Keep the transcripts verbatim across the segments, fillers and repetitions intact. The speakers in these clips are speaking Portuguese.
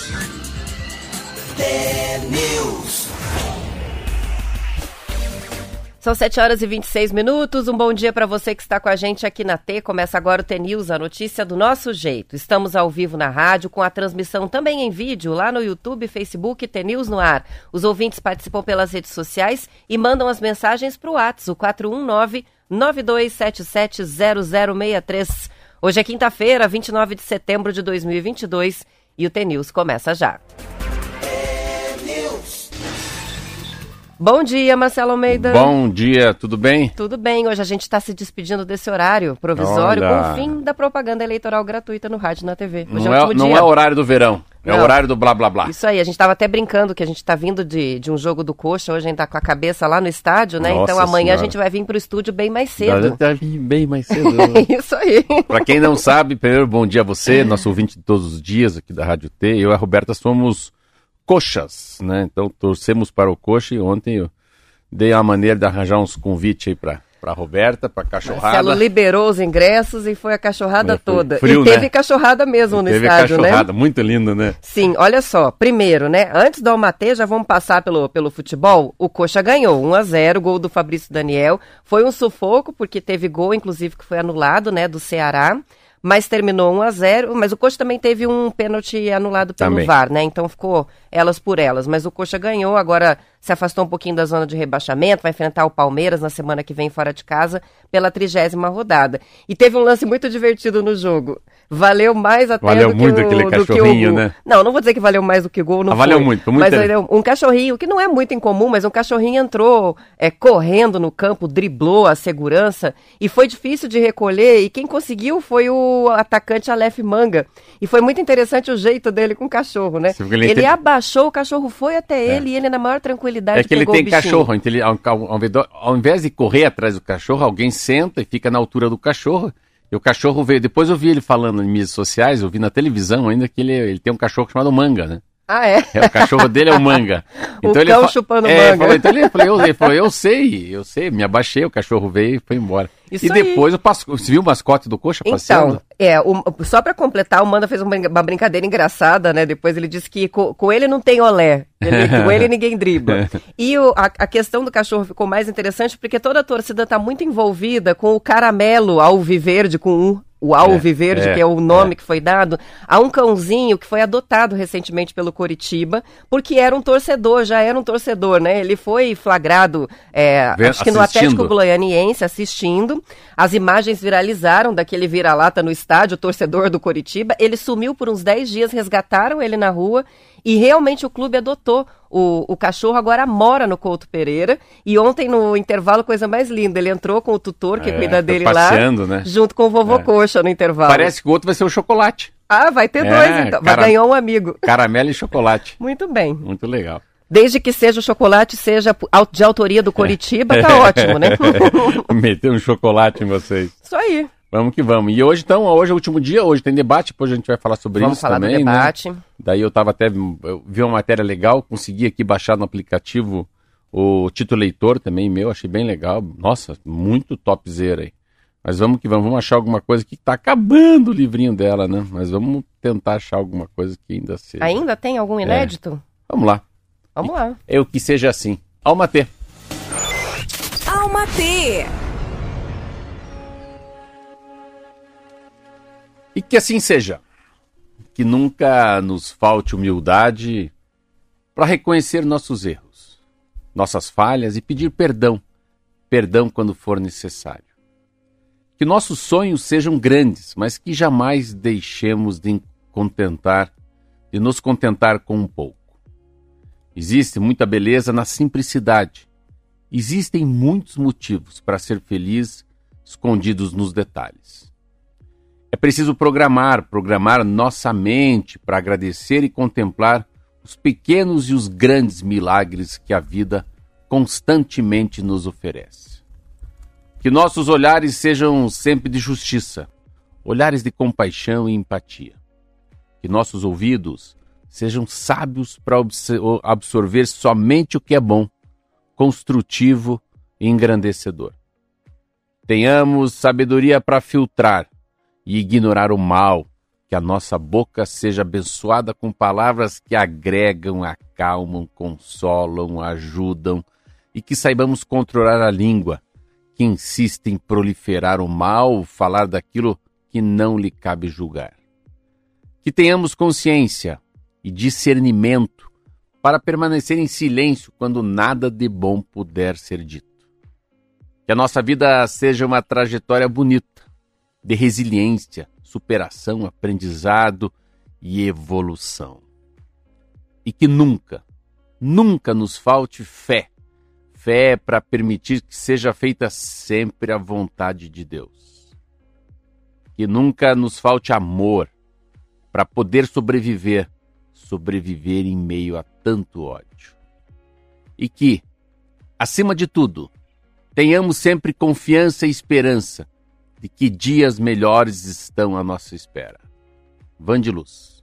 T-News. São sete horas e vinte e seis minutos, um bom dia para você que está com a gente aqui na T. Começa agora o T-News, a notícia do nosso jeito. Estamos ao vivo na rádio, com a transmissão também em vídeo, lá no YouTube, Facebook, T-News no ar. Os ouvintes participam pelas redes sociais e mandam as mensagens para o WhatsApp, o quatro um nove, nove dois sete sete, zero zero seis três. Hoje é quinta-feira, vinte e nove de setembro de dois mil e vinte e dois, e o T-News começa já. Bom dia, Marcelo Almeida. Bom dia, tudo bem? Tudo bem, hoje a gente está se despedindo desse horário provisório Olha. com o fim da propaganda eleitoral gratuita no rádio e na T V. Hoje Não é o último é, não dia. é o horário do verão, é Não. o horário do blá blá blá. Isso aí, a gente estava até brincando que a gente está vindo de, de um jogo do Coxa, hoje a gente está com a cabeça lá no estádio, né? Nossa Então amanhã Senhora. a gente vai vir para o estúdio bem mais cedo. Já vim bem mais cedo. É isso aí. Pra quem não sabe, primeiro bom dia a você, nosso ouvinte de todos os dias aqui da Rádio T. Eu e a Roberta somos coxas, né? Então torcemos para o Coxa e ontem eu dei uma maneira de arranjar uns convites aí pra, pra Roberta, pra cachorrada. Marcelo liberou os ingressos e foi a cachorrada Foi toda. frio, e teve né? cachorrada mesmo no Teve estádio, cachorrada, né? muito lindo, né? Sim, olha só, primeiro, né, antes do Almatê, já vamos passar pelo, pelo futebol, o Coxa ganhou, um a zero, gol do Fabrício Daniel, foi um sufoco, porque teve gol, inclusive, que foi anulado, né, do Ceará, mas terminou um a zero, mas o Coxa também teve um pênalti anulado pelo Também. V A R, né, então ficou elas por elas, mas o Coxa ganhou, agora se afastou um pouquinho da zona de rebaixamento, vai enfrentar o Palmeiras na semana que vem fora de casa, pela trigésima rodada. E teve um lance muito divertido no jogo, valeu mais até Valeu do muito que o, aquele do que o cachorrinho, gol. né? Não, não vou dizer que valeu mais do que gol, não Ah, valeu foi. muito, foi muito Mas inter- valeu, um cachorrinho, que não é muito incomum, mas um cachorrinho entrou é, correndo no campo, driblou a segurança e foi difícil de recolher, e quem conseguiu foi o atacante Aleph Manga. E foi muito interessante o jeito dele com o cachorro, né? Você viu que ele Ele tem- abaixou, o cachorro foi até ele e ele na maior tranquilidade É que ele pegou tem o bichinho. cachorro, então ele, ao, ao- ao invés- ao invés de correr atrás do cachorro, alguém senta e fica na altura do cachorro. E o cachorro veio. Depois eu vi ele falando em mídias sociais, eu vi na televisão ainda que ele, ele tem um cachorro chamado Manga, né? Ah, é? É, o cachorro dele é o Manga. O ele cão fa- chupando é, manga. Falou, então ele falou, eu, ele falou, eu sei, eu sei, me abaixei, o cachorro veio e foi embora. Isso e depois, o pas- você viu o mascote do Coxa passeando? Então, é, o- só pra completar, o Manda fez uma, brin- uma brincadeira engraçada, né? Depois ele disse que co- com ele não tem olé, ele, com ele ninguém dribla. E o- a, a questão do cachorro ficou mais interessante porque toda a torcida tá muito envolvida com o caramelo alviverde, com um, o alviverde, é, que é o nome é. que foi dado, a um cãozinho que foi adotado recentemente pelo Coritiba, porque era um torcedor, já era um torcedor, né? Ele foi flagrado, é, Vê- acho que no assistindo. Atlético Goianiense, assistindo. As imagens viralizaram daquele vira-lata no estádio, o torcedor do Coritiba. Ele sumiu por uns dez dias, resgataram ele na rua e realmente o clube adotou o, o cachorro, agora mora no Couto Pereira. E ontem, no intervalo, coisa mais linda, ele entrou com o tutor que É, cuida foi dele passeando, lá, né? junto com o vovô É. Coxa no intervalo. Parece que o outro vai ser o chocolate. Ah, vai ter É, dois então. Vai cara- ganhar um amigo. Caramelo e chocolate. Muito bem. Muito legal. Desde que seja o chocolate, seja au- de autoria do Coritiba, tá ótimo, né? Meter um chocolate em vocês. Isso aí. Vamos que vamos. E hoje, então, hoje é o último dia, hoje tem debate, depois a gente vai falar sobre Vamos isso falar do também, debate. né? Daí eu tava até, eu vi uma matéria legal, consegui aqui baixar no aplicativo o título leitor também meu, achei bem legal. Nossa, muito topzera aí. Mas vamos que vamos, vamos achar alguma coisa que tá acabando o livrinho dela, né? Mas vamos tentar achar alguma coisa que ainda seja. Ainda tem algum inédito? Vamos lá. Vamos lá. Eu que seja assim. Alma T. Alma T. E que assim seja. Que nunca nos falte humildade para reconhecer nossos erros, nossas falhas e pedir perdão. Perdão quando for necessário. Que nossos sonhos sejam grandes, mas que jamais deixemos de contentar, de nos contentar com um pouco. Existe muita beleza na simplicidade. Existem muitos motivos para ser feliz escondidos nos detalhes. É preciso programar, programar nossa mente para agradecer e contemplar os pequenos e os grandes milagres que a vida constantemente nos oferece. Que nossos olhares sejam sempre de justiça, olhares de compaixão e empatia. Que nossos ouvidos sejam sábios para absorver somente o que é bom, construtivo e engrandecedor. Tenhamos sabedoria para filtrar e ignorar o mal, que a nossa boca seja abençoada com palavras que agregam, acalmam, consolam, ajudam e que saibamos controlar a língua, que insiste em proliferar o mal, falar daquilo que não lhe cabe julgar. Que tenhamos consciência e discernimento para permanecer em silêncio quando nada de bom puder ser dito. Que a nossa vida seja uma trajetória bonita, de resiliência, superação, aprendizado e evolução. E que nunca, nunca nos falte fé. Fé para permitir que seja feita sempre a vontade de Deus. Que nunca nos falte amor para poder sobreviver, sobreviver em meio a tanto ódio. E que, acima de tudo, tenhamos sempre confiança e esperança de que dias melhores estão à nossa espera. Van de Luz.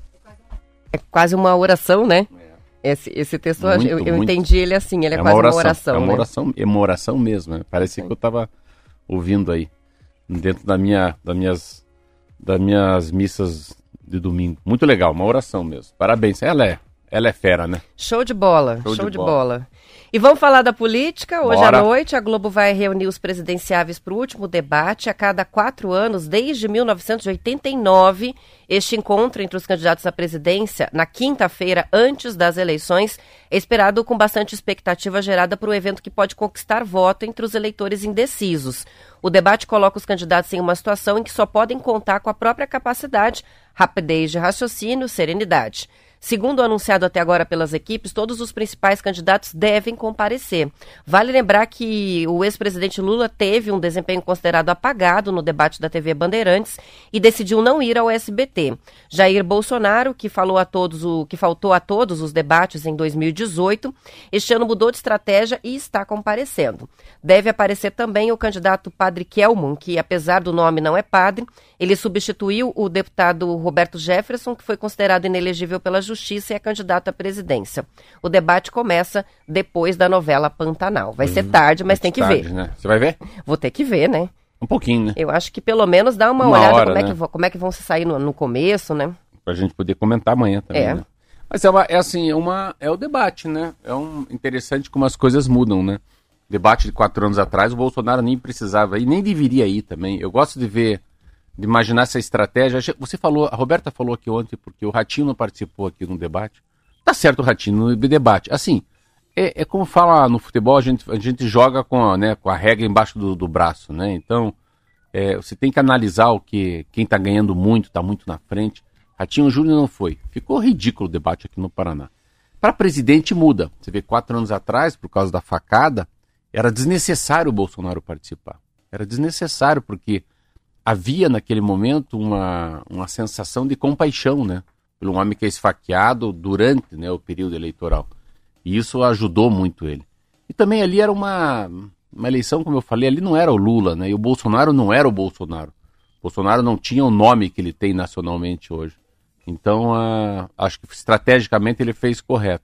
É quase uma oração, né? Esse, esse texto, muito, eu, eu entendi ele assim, ele é, é quase uma oração. Uma oração, é uma né? oração, é uma oração mesmo, né? Parece Sim. que eu estava ouvindo aí, dentro da minha, das, minhas, das minhas missas de domingo. Muito legal, uma oração mesmo. Parabéns, ela é, ela é fera, né? Show de bola, show, show de, de bola. bola. E vamos falar da política? Hoje Bora. à noite a Globo vai reunir os presidenciáveis para o último debate. A cada quatro anos, desde mil novecentos e oitenta e nove, este encontro entre os candidatos à presidência, na quinta-feira antes das eleições, é esperado com bastante expectativa gerada por um evento que pode conquistar voto entre os eleitores indecisos. O debate coloca os candidatos em uma situação em que só podem contar com a própria capacidade, rapidez de raciocínio, serenidade. Segundo o anunciado até agora pelas equipes, todos os principais candidatos devem comparecer. Vale lembrar que o ex-presidente Lula teve um desempenho considerado apagado no debate da T V Bandeirantes e decidiu não ir ao S B T. Jair Bolsonaro, que, falou a todos o, que faltou a todos os debates em dois mil e dezoito, este ano mudou de estratégia e está comparecendo. Deve aparecer também o candidato Padre Kelmon, que apesar do nome não é padre, ele substituiu o deputado Roberto Jefferson, que foi considerado inelegível pela Justiça e é candidato à presidência. O debate começa depois da novela Pantanal. Vai ser tarde, mas tem que tarde, ver. Né? Você vai ver? Vou ter que ver, né? Um pouquinho, né? Eu acho que pelo menos dá uma, uma olhada hora, como, é né? que, como é que vão se sair no, no começo, né? Pra gente poder comentar amanhã também, é. né? Mas é, uma, é assim, é, uma, é o debate, né? É um interessante como as coisas mudam, né? Debate de quatro anos atrás, o Bolsonaro nem precisava e nem deveria ir também. Eu gosto de ver, de imaginar essa estratégia. Você falou, a Roberta falou aqui ontem, porque o Ratinho não participou aqui no debate. Tá certo o Ratinho no debate. Assim, é, é como fala no futebol, a gente, a gente joga com a, né, com a regra embaixo do, do braço, né? Então, é, você tem que analisar o que quem tá ganhando muito, tá muito na frente. Ratinho Júnior não foi. Ficou ridículo o debate aqui no Paraná. Para presidente muda. Você vê, quatro anos atrás, por causa da facada, era desnecessário o Bolsonaro participar. Era desnecessário porque havia naquele momento uma, uma sensação de compaixão, né? Pelo homem que é esfaqueado durante, né, o período eleitoral. E isso ajudou muito ele. E também ali era uma, uma eleição, como eu falei, ali não era o Lula, né? E o Bolsonaro não era o Bolsonaro. O Bolsonaro não tinha o nome que ele tem nacionalmente hoje. Então, uh, acho que estrategicamente ele fez correto.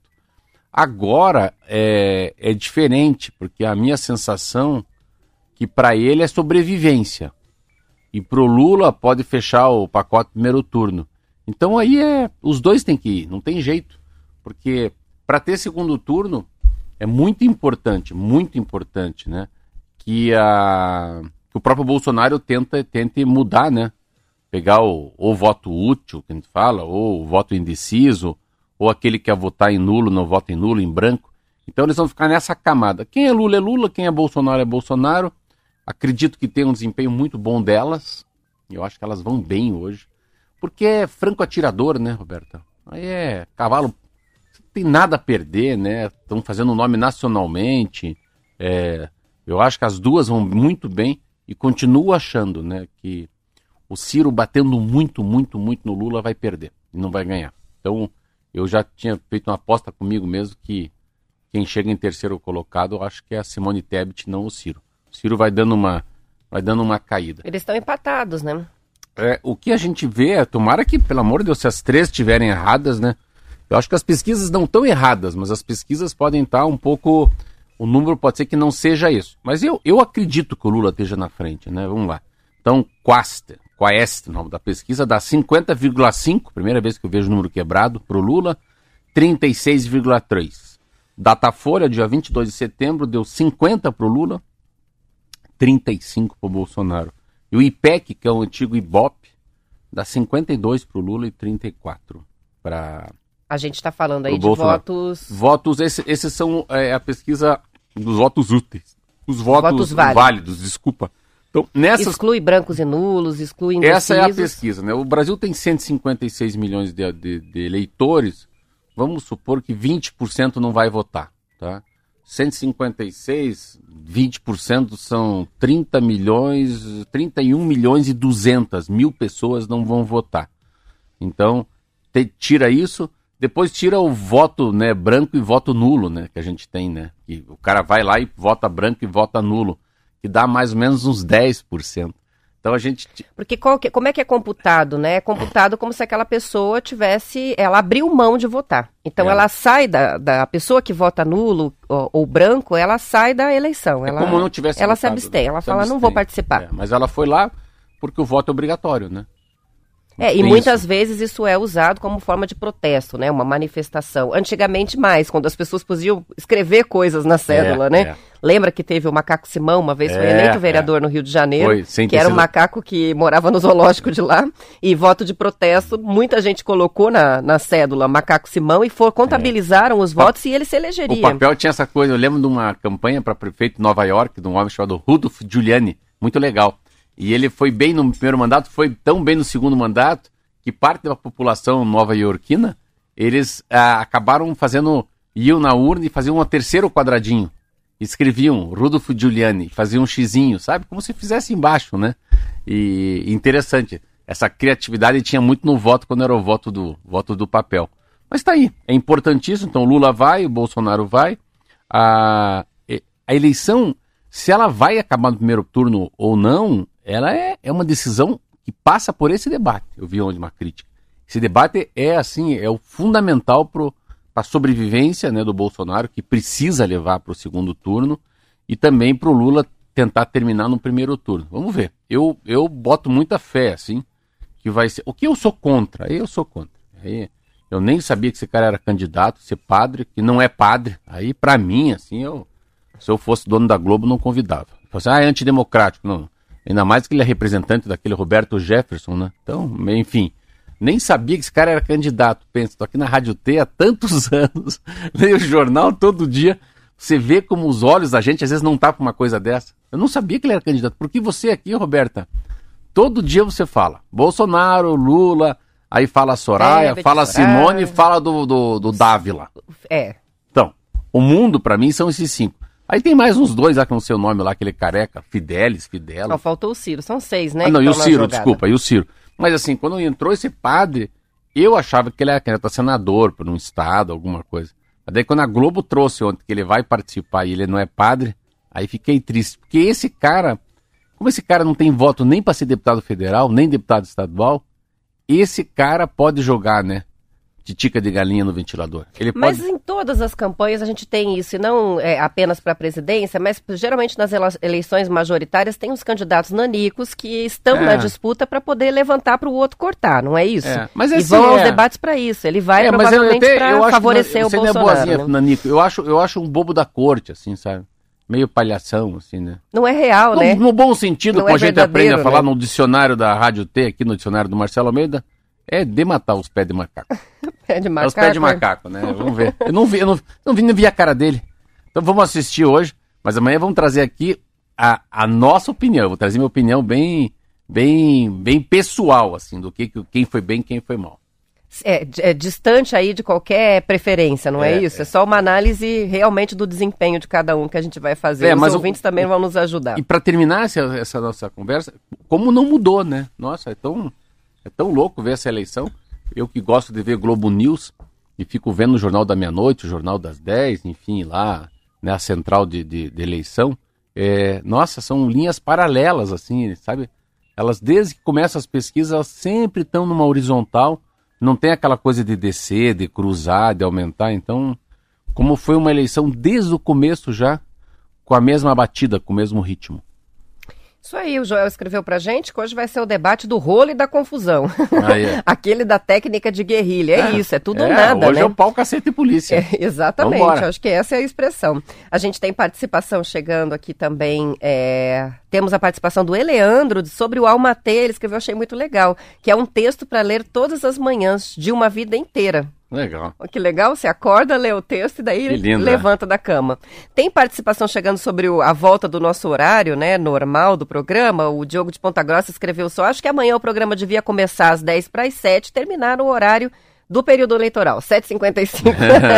Agora é, é diferente, porque a minha sensação que para ele é sobrevivência. E pro Lula pode fechar o pacote primeiro turno. Então aí é, os dois têm que ir, não tem jeito. Porque para ter segundo turno é muito importante, muito importante, né? Que, a, que o próprio Bolsonaro tenta, tente mudar, né? Pegar o, o voto útil, que a gente fala, ou o voto indeciso, ou aquele que quer votar em nulo, não vota em nulo, em branco. Então eles vão ficar nessa camada. Quem é Lula é Lula, quem é Bolsonaro é Bolsonaro. Acredito que tem um desempenho muito bom delas. Eu acho que elas vão bem hoje. Porque é franco atirador, né, Roberta? Aí é cavalo, não tem nada a perder, né? Estão fazendo o nome nacionalmente. É, eu acho que as duas vão muito bem e continuo achando, né, que o Ciro batendo muito, muito, muito no Lula vai perder e não vai ganhar. Então, eu já tinha feito uma aposta comigo mesmo que quem chega em terceiro colocado, eu acho que é a Simone Tebet, não o Ciro. O Ciro vai dando uma, vai dando uma caída. Eles estão empatados, né? É, o que a gente vê é, tomara que, pelo amor de Deus, se as três estiverem erradas, né? Eu acho que as pesquisas não estão erradas, mas as pesquisas podem estar um pouco... O número pode ser que não seja isso. Mas eu, eu acredito que o Lula esteja na frente, né? Vamos lá. Então, Quaster, Quaest, o nome da pesquisa, dá cinquenta vírgula cinco, primeira vez que eu vejo o número quebrado, para o Lula, trinta e seis vírgula três. Datafolha, dia vinte e dois de setembro, deu cinquenta para o Lula, trinta e cinco para o Bolsonaro. E o I P E C, que é o antigo Ibope, dá cinquenta e dois para o Lula e trinta e quatro para A gente está falando aí de Bolsonaro. votos... Votos, esse, esses são é, a pesquisa dos votos úteis. Os votos, Votos válidos. válidos, desculpa. Então, nessas... Exclui brancos e nulos, exclui indecisos. Essa é a pesquisa, né? O Brasil tem cento e cinquenta e seis milhões de, de, de eleitores. Vamos supor que vinte por cento não vai votar, tá? cento e cinquenta e seis, vinte por cento são trinta milhões, trinta e um milhões e duzentas mil pessoas não vão votar. Então, te, tira isso, depois tira o voto, né, branco e voto nulo, né, que a gente tem, né? Que o cara vai lá e vota branco e vota nulo, que dá mais ou menos uns dez por cento. Então a gente... Porque qual que, como é que é computado, né? É computado como se aquela pessoa tivesse... Ela abriu mão de votar. Então É. ela sai da, da a pessoa que vota nulo ou, ou branco, ela sai da eleição. É Ela, como não tivesse ela se votado, abstém, né? ela Se fala, abstém. não vou participar. É, mas ela foi lá porque o voto é obrigatório, né? É, e Tem muitas isso. vezes isso é usado como forma de protesto, né? Uma manifestação. Antigamente mais, quando as pessoas podiam escrever coisas na cédula, É, né? é. Lembra que teve o Macaco Simão, uma vez foi É, eleito vereador no Rio de Janeiro, Foi, sem que ter era um sido- macaco que morava no zoológico de lá, e voto de protesto, muita gente colocou na, na cédula Macaco Simão e for, contabilizaram os votos e ele se elegeria. O papel tinha essa coisa, eu lembro de uma campanha para prefeito de Nova York, de um homem chamado Rudolph Giuliani, muito legal. E ele foi bem no primeiro mandato, foi tão bem no segundo mandato, que parte da população nova-iorquina, eles ah, acabaram fazendo, iam na urna e faziam um terceiro quadradinho. Escreviam Rudolph Giuliani, faziam um xizinho, sabe? Como se fizesse embaixo, né? E interessante, essa criatividade tinha muito no voto, quando era o voto do, voto do papel. Mas tá aí, é importantíssimo, então o Lula vai, o Bolsonaro vai. A, a eleição, se ela vai acabar no primeiro turno ou não, ela é, é uma decisão que passa por esse debate. Eu vi onde uma crítica. Esse debate é assim, é o fundamental para a sobrevivência, né, do Bolsonaro, que precisa levar para o segundo turno, e também para o Lula tentar terminar no primeiro turno. Vamos ver. Eu, eu boto muita fé, assim, que vai ser... O que eu sou contra? Aí eu sou contra. Aí eu nem sabia que esse cara era candidato, ser padre, que não é padre. Aí, para mim, assim, eu, se eu fosse dono da Globo, não convidava. Eu assim, ah, é antidemocrático. Não. Ainda mais que ele é representante daquele Roberto Jefferson, né? Então, enfim, nem sabia que esse cara era candidato. Pensa, tô aqui na Rádio T há tantos anos, leio o jornal todo dia, você vê como os olhos da gente às vezes não tá pra uma coisa dessa. Eu não sabia que ele era candidato, porque você aqui, Roberta, todo dia você fala Bolsonaro, Lula, aí fala Soraya, Herbert, fala Soraya. Simone, fala do, do, do Dávila. É. Então, o mundo pra mim são esses cinco. Aí tem mais uns dois lá que não sei o nome lá, aquele careca, Fidelis, Fidelo. Não, faltou o Ciro, são seis, né? Ah, não, que e o estão na Ciro, jogada. desculpa, e o Ciro. Mas assim, quando entrou esse padre, eu achava que ele era candidato a senador por um estado, alguma coisa. Mas daí quando a Globo trouxe ontem que ele vai participar e ele não é padre, aí fiquei triste. Porque esse cara, como esse cara não tem voto nem para ser deputado federal, nem deputado estadual, esse cara pode jogar, né? Titica de galinha no ventilador. Ele Mas pode... em todas as campanhas a gente tem isso, e não é, apenas para a presidência, mas geralmente nas ela- eleições majoritárias tem os candidatos nanicos que estão É. na disputa para poder levantar para o outro cortar, não é isso? É, mas e assim, vão aos é. debates para isso. Ele vai É, mas eu, provavelmente até, eu para acho favorecer que o você não é Bolsonaro. boazinha, né? Nanico. Eu acho, eu acho um bobo da corte, assim, sabe? Meio palhação, assim, né? Não é real, No, né? no bom sentido, Não como é a gente aprende a verdadeiro, falar né? no dicionário da Rádio T, aqui no dicionário do Marcelo Almeida, é de matar os pés de macaco. Pé de É macaco. os pés de macaco, né? Vamos ver. Eu não vi, eu não, não vi, não vi a cara dele. Então vamos assistir hoje, mas amanhã vamos trazer aqui a, a nossa opinião. Eu vou trazer minha opinião bem, bem, bem pessoal, assim, do que quem foi bem e quem foi mal. É, é distante aí de qualquer preferência, não é, É, isso? É. é. só uma análise realmente do desempenho de cada um que a gente vai fazer. É, Os mas o- ouvintes também vão nos ajudar. E para terminar essa, essa nossa conversa, como não mudou, né? Nossa, é tão, é tão louco ver essa eleição. Eu que gosto de ver Globo News e fico vendo o Jornal da Meia-Noite, o Jornal das dez, enfim, lá, né, a central de, de, de eleição. É, nossa, são linhas paralelas, assim, sabe? Elas, desde que começam as pesquisas, elas sempre estão numa horizontal. Não tem aquela coisa de descer, de cruzar, de aumentar. Então, como foi uma eleição desde o começo já, com a mesma batida, com o mesmo ritmo. Isso aí, o Joel escreveu pra gente que hoje vai ser o debate do rolo e da confusão. Ah, é. Aquele da técnica de guerrilha. É, é isso, é tudo é, ou nada, hoje né? é o pau, cacete e polícia. É, exatamente, Vambora. Acho que essa é a expressão. A gente tem participação chegando aqui também, é... temos a participação do Eleandro sobre o Almatê, ele escreveu, achei muito legal, que é um texto para ler todas as manhãs de uma vida inteira. Legal. Que legal, você acorda, lê o texto e daí levanta da cama. Tem participação chegando sobre o, a volta do nosso horário, né, normal do programa. O Diogo de Ponta Grossa escreveu só, acho que amanhã o programa devia começar às dez para as sete, terminar no horário do período eleitoral, sete e cinquenta e cinco.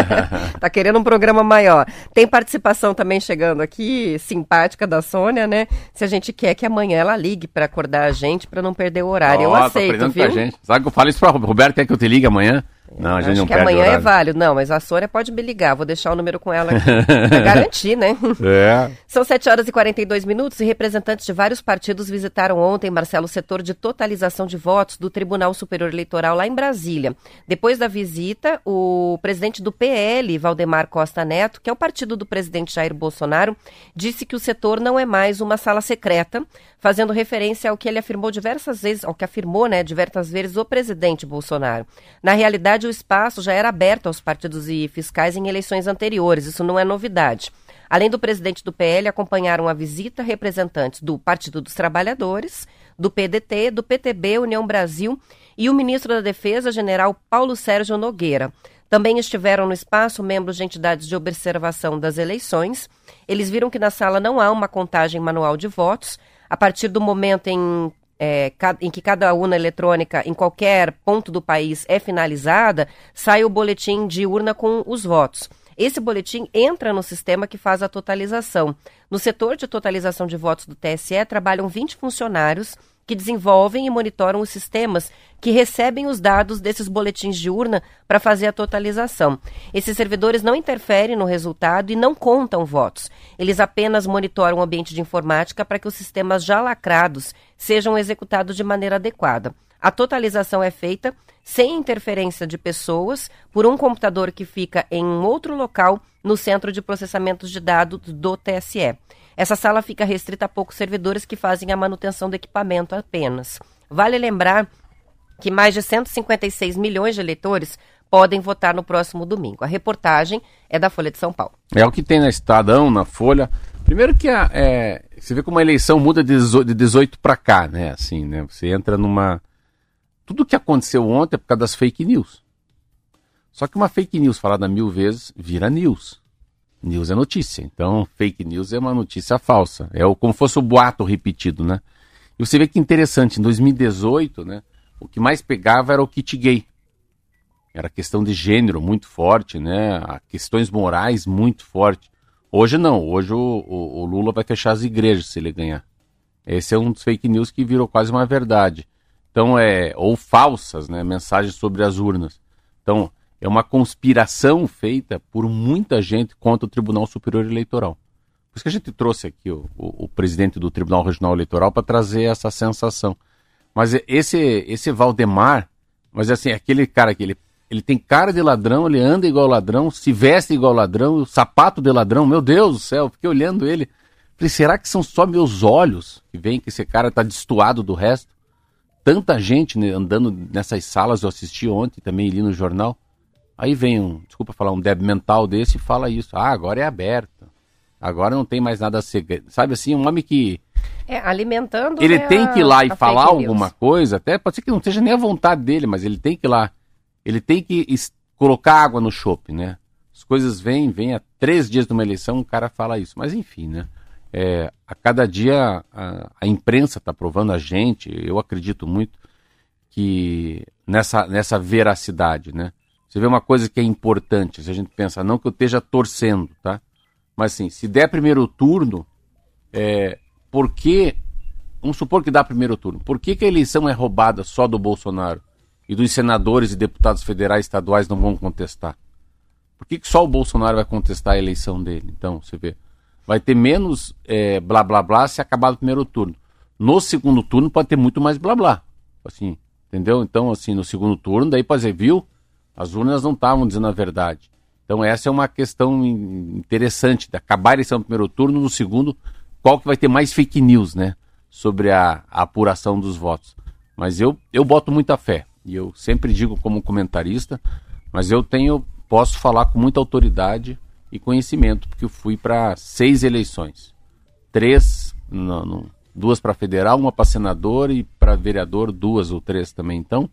Tá querendo um programa maior. Tem participação também chegando aqui, simpática da Sônia, né? Se a gente quer que amanhã ela ligue para acordar a gente, para não perder o horário. Oh, eu aceito, tá viu? Com a gente. Sabe que eu falo isso para o Roberto, quer que eu te ligue amanhã? Não, a gente Acho não que perde amanhã horário. é válido. Não, mas a Sônia pode me ligar. Vou deixar o número com ela aqui. Pra garantir, né? É. São sete horas e quarenta e dois minutos e representantes de vários partidos visitaram ontem, Marcelo, o setor de totalização de votos do Tribunal Superior Eleitoral lá em Brasília. Depois da visita, o presidente do P L, Valdemar Costa Neto, que é o partido do presidente Jair Bolsonaro, disse que o setor não é mais uma sala secreta, fazendo referência ao que ele afirmou diversas vezes, ao que afirmou, né, diversas vezes o presidente Bolsonaro. Na realidade, o espaço já era aberto aos partidos e fiscais em eleições anteriores, isso não é novidade. Além do presidente do P L, acompanharam a visita representantes do Partido dos Trabalhadores, do P D T, do P T B, União Brasil e o ministro da Defesa, general Paulo Sérgio Nogueira. Também estiveram no espaço membros de entidades de observação das eleições. Eles viram que na sala não há uma contagem manual de votos. A partir do momento em, é, em que cada urna eletrônica em qualquer ponto do país é finalizada, sai o boletim de urna com os votos. Esse boletim entra no sistema que faz a totalização. No setor de totalização de votos do T S E trabalham vinte funcionários que desenvolvem e monitoram os sistemas que recebem os dados desses boletins de urna para fazer a totalização. Esses servidores não interferem no resultado e não contam votos. Eles apenas monitoram o ambiente de informática para que os sistemas já lacrados sejam executados de maneira adequada. A totalização é feita sem interferência de pessoas por um computador que fica em um outro local no centro de processamento de dados do T S E. Essa sala fica restrita a poucos servidores que fazem a manutenção do equipamento apenas. Vale lembrar que mais de cento e cinquenta e seis milhões de eleitores podem votar no próximo domingo. A reportagem é da Folha de São Paulo. É o que tem na Estadão, na Folha. Primeiro que a, é, você vê como a eleição muda de dezoito para cá, né? Assim, né? Você entra numa... Tudo que aconteceu ontem é por causa das fake news. Só que uma fake news falada mil vezes vira news. News é notícia. Então, fake news é uma notícia falsa. É como se fosse o boato repetido, né? E você vê que interessante, em dois mil e dezoito, né? O que mais pegava era o kit gay. Era questão de gênero muito forte, né? Questões morais muito fortes. Hoje não. Hoje o, o, o Lula vai fechar as igrejas se ele ganhar. Esse é um dos fake news que virou quase uma verdade. Então, é... Ou falsas, né? Mensagens sobre as urnas. Então... É uma conspiração feita por muita gente contra o Tribunal Superior Eleitoral. Por isso que a gente trouxe aqui o, o, o presidente do Tribunal Regional Eleitoral para trazer essa sensação. Mas esse, esse Valdemar, mas assim, aquele cara que ele, ele tem cara de ladrão, ele anda igual ladrão, se veste igual ladrão, o sapato de ladrão, meu Deus do céu, fiquei olhando ele. Falei, será que são só meus olhos que veem que esse cara está destoado do resto? Tanta gente, né, andando nessas salas, eu assisti ontem também, li no jornal. Aí vem um, desculpa falar, um débil mental desse e fala isso. Ah, agora é aberto. Agora não tem mais nada a segredo. Sabe assim, um homem que... É, alimentando... Ele né, tem que ir lá e falar alguma news. coisa, até pode ser que não seja nem a vontade dele, mas ele tem que ir lá. Ele tem que es- colocar água no chope, né? As coisas vêm, vêm há três dias de uma eleição, um cara fala isso. Mas enfim, né? É, a cada dia a, a imprensa está provando a gente, eu acredito muito, que nessa, nessa veracidade, né? Você vê uma coisa que é importante, se a gente pensa, não que eu esteja torcendo, tá? Mas assim, se der primeiro turno, é, por que, vamos supor que dá primeiro turno, por que, que a eleição é roubada só do Bolsonaro e dos senadores e deputados federais e estaduais não vão contestar? Por que, que só o Bolsonaro vai contestar a eleição dele? Então, você vê, vai ter menos é, blá blá blá se acabar o primeiro turno. No segundo turno pode ter muito mais blá blá, assim, entendeu? Então, assim, no segundo turno, daí pode ser, viu? As urnas não estavam dizendo a verdade. Então essa é uma questão interessante, de acabar a eleição no primeiro turno, no segundo, qual que vai ter mais fake news, né? sobre a, a apuração dos votos. Mas eu, eu boto muita fé, e eu sempre digo como comentarista, mas eu tenho, posso falar com muita autoridade e conhecimento, porque eu fui para seis eleições. Três, não, não, duas para federal, uma para senador e para vereador, duas ou três também. Então,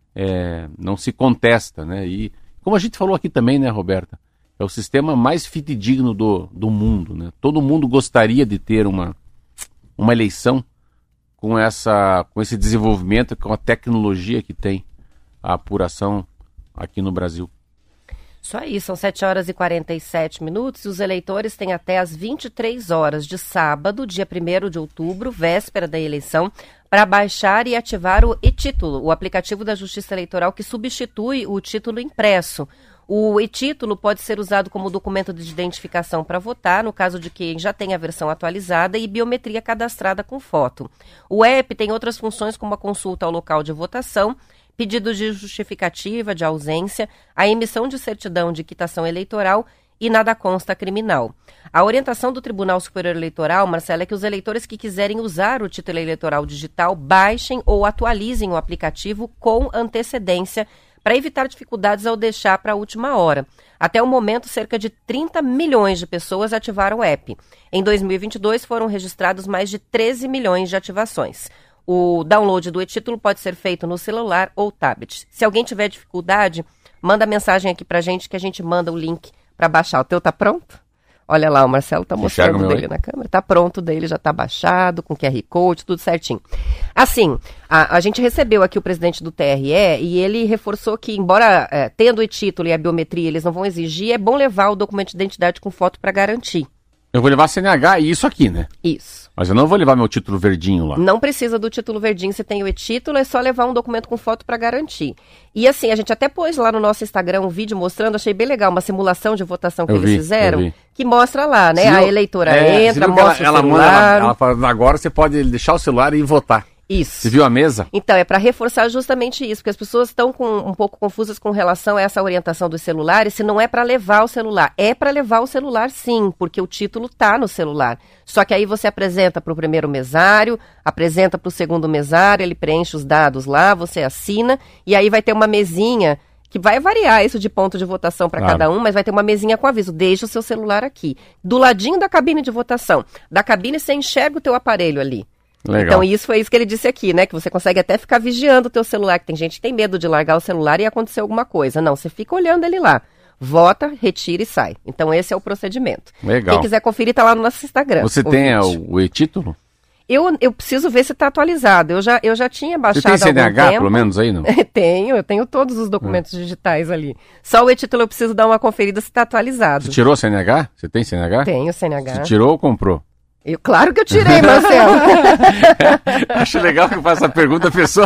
é, não se contesta, né? E como a gente falou aqui também, né, Roberta? É o sistema mais fidedigno do, do mundo, né? Todo mundo gostaria de ter uma, uma eleição com, essa, com esse desenvolvimento, com a tecnologia que tem a apuração aqui no Brasil. Isso aí, são sete horas e quarenta e sete minutos e os eleitores têm até as vinte e três horas de sábado, dia primeiro de outubro, véspera da eleição, para baixar e ativar o e-título, o aplicativo da Justiça Eleitoral que substitui o título impresso. O e-título pode ser usado como documento de identificação para votar, no caso de quem já tem a versão atualizada e biometria cadastrada com foto. O app tem outras funções como a consulta ao local de votação, pedido de justificativa de ausência, a emissão de certidão de quitação eleitoral e nada consta criminal. A orientação do Tribunal Superior Eleitoral, Marcela, é que os eleitores que quiserem usar o título eleitoral digital baixem ou atualizem o aplicativo com antecedência para evitar dificuldades ao deixar para a última hora. Até o momento, cerca de trinta milhões de pessoas ativaram o app. Em dois mil e vinte e dois, foram registrados mais de treze milhões de ativações. O download do e-título pode ser feito no celular ou tablet. Se alguém tiver dificuldade, manda mensagem aqui pra gente que a gente manda o link para baixar. O teu tá pronto? Olha lá, o Marcelo tá mostrando o dele na câmera. Tá pronto dele, já tá baixado, com Q R Code, tudo certinho. Assim, a, a gente recebeu aqui o presidente do T R E e ele reforçou que, embora é, tendo o e-título e a biometria eles não vão exigir, é bom levar o documento de identidade com foto para garantir. Eu vou levar C N H e isso aqui, né? Isso. Mas eu não vou levar meu título verdinho lá. Não precisa do título verdinho, você tem o e-título, é só levar um documento com foto para garantir. E assim, a gente até pôs lá no nosso Instagram um vídeo mostrando, achei bem legal, uma simulação de votação que eu eles vi, fizeram, que mostra lá, né? Se a eu, eleitora é, entra, mostra ela, o celular. Ela, manda, ela, ela fala, agora você pode deixar o celular e ir votar. Isso. Você viu a mesa? Então, é para reforçar justamente isso, porque as pessoas estão com, um pouco confusas com relação a essa orientação dos celulares, se não é para levar o celular. É para levar o celular, sim, porque o título está no celular. Só que aí você apresenta para o primeiro mesário, apresenta para o segundo mesário, ele preenche os dados lá, você assina, e aí vai ter uma mesinha que vai variar isso de ponto de votação para Claro. cada um, mas vai ter uma mesinha com aviso, deixa o seu celular aqui. Do ladinho da cabine de votação. Da cabine você enxerga o teu aparelho ali. Legal. Então isso foi isso que ele disse aqui, né? Que você consegue até ficar vigiando o teu celular, que tem gente que tem medo de largar o celular e acontecer alguma coisa. Não, você fica olhando ele lá. Vota, retira e sai. Então esse é o procedimento. Legal. Quem quiser conferir, tá lá no nosso Instagram. Você o tem vídeo. o, o e-título? Eu, eu preciso ver se está atualizado. Eu já, eu já tinha Você baixado tem C N há algum H, tempo. pelo menos, aí, não? Tenho, eu tenho todos os documentos digitais ali. Só o e-título eu preciso dar uma conferida se está atualizado. Você tirou C N H? Você tem C N H? Tenho C N H. Você tirou ou comprou? Eu, claro que eu tirei, Marcelo. Acho legal que eu faço a pergunta, a pessoa...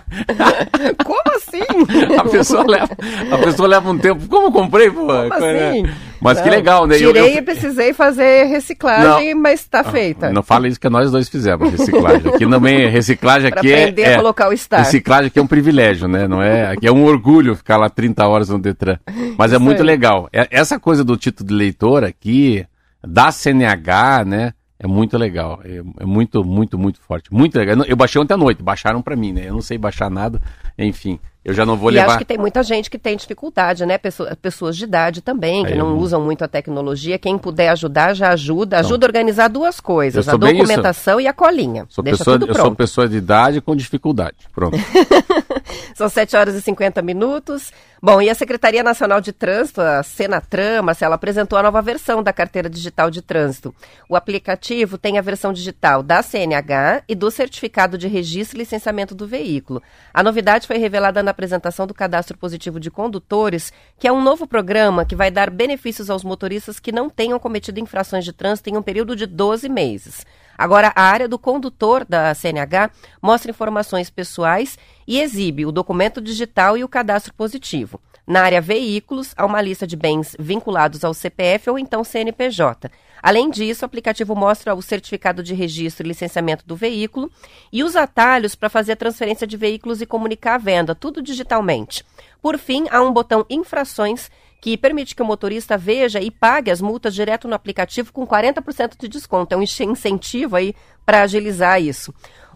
Como assim? A pessoa leva, a pessoa leva um tempo. Como eu comprei, pô? Como assim? Mas Não, que legal, né? Tirei Eu- eu- e precisei fazer reciclagem, Não. mas está feita. Não fala isso que nós dois fizemos, reciclagem. Aqui também, reciclagem Para aqui é... aprender é- a colocar o estar. Reciclagem aqui é um privilégio, né? Não é, aqui é um orgulho ficar lá trinta horas no Detran. Mas é Isso muito aí. legal. É- Essa coisa do título de eleitor aqui, da C N H, né? É muito legal. É, é muito, muito, muito forte. Muito legal. Eu não- Eu baixei ontem à noite, baixaram pra mim, né? Eu não sei baixar nada. Enfim, eu já não vou E levar... acho que tem muita gente que tem dificuldade, né? Pessoa- pessoas de idade também, que Aí eu não vou- usam muito a tecnologia. Quem puder ajudar, já ajuda. Ajuda a organizar duas coisas, eu a sou bem documentação e a colinha. Sou Deixa pessoa, tudo eu sou pronto. pessoa de idade com dificuldade. Pronto. São sete horas e cinquenta minutos. Bom, e a Secretaria Nacional de Trânsito, a Senatran, Marcela, apresentou a nova versão da Carteira Digital de Trânsito. O aplicativo tem a versão digital da C N H e do Certificado de Registro e Licenciamento do Veículo. A novidade foi revelada na apresentação do Cadastro Positivo de Condutores, que é um novo programa que vai dar benefícios aos motoristas que não tenham cometido infrações de trânsito em um período de doze meses. Agora, a área do condutor da C N H mostra informações pessoais e exibe o documento digital e o cadastro positivo. Na área veículos, há uma lista de bens vinculados ao C P F ou então C N P J. Além disso, o aplicativo mostra o certificado de registro e licenciamento do veículo e os atalhos para fazer a transferência de veículos e comunicar a venda, tudo digitalmente. Por fim, há um botão infrações que permite que o motorista veja e pague as multas direto no aplicativo com quarenta por cento de desconto. É um incentivo aí para agilizar isso.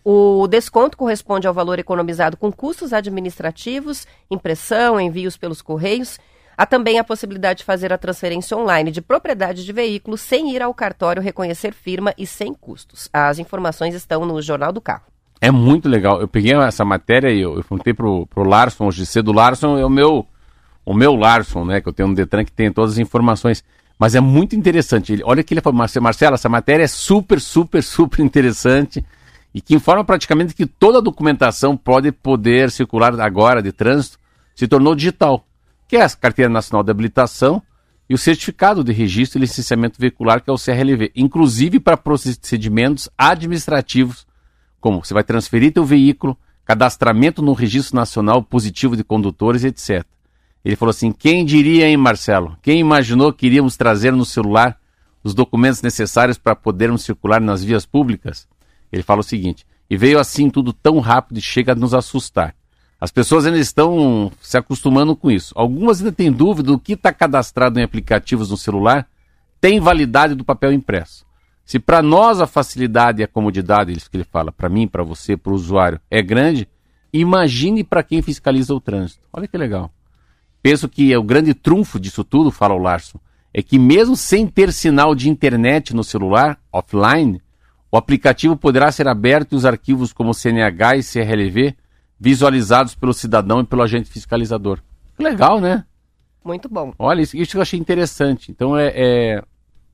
O desconto corresponde ao valor economizado com custos administrativos, impressão, envios pelos correios. Há também a possibilidade de fazer a transferência online de propriedade de veículos sem ir ao cartório reconhecer firma e sem custos. As informações estão no Jornal do Carro. É muito legal. Eu peguei essa matéria e eu, eu perguntei pro, pro Larson, hoje cedo. O Larson é o meu, o meu Larson, né? Que eu tenho no Detran que tem todas as informações. Mas é muito interessante. Ele, olha que ele falou, Marcelo, essa matéria é super, super, super interessante. E que informa praticamente que toda a documentação pode poder circular agora de trânsito se tornou digital, que é a Carteira Nacional de Habilitação e o Certificado de Registro e Licenciamento Veicular, que é o C R L V, inclusive para procedimentos administrativos, como você vai transferir teu veículo, cadastramento no Registro Nacional Positivo de Condutores, etcétera. Ele falou assim, quem diria, hein, Marcelo? Quem imaginou que iríamos trazer no celular os documentos necessários para podermos circular nas vias públicas? Ele fala o seguinte, e veio assim tudo tão rápido e chega a nos assustar. As pessoas ainda estão se acostumando com isso. Algumas ainda têm dúvida do que está cadastrado em aplicativos no celular tem validade do papel impresso. Se para nós a facilidade e a comodidade, isso que ele fala, para mim, para você, para o usuário, é grande, imagine para quem fiscaliza o trânsito. Olha que legal. Penso que é o grande trunfo disso tudo, fala o Larson, é que mesmo sem ter sinal de internet no celular, offline, o aplicativo poderá ser aberto e os arquivos como C N H e C R L V visualizados pelo cidadão e pelo agente fiscalizador. Legal, né? Muito bom. Olha, isso, isso eu achei interessante. Então, é, é...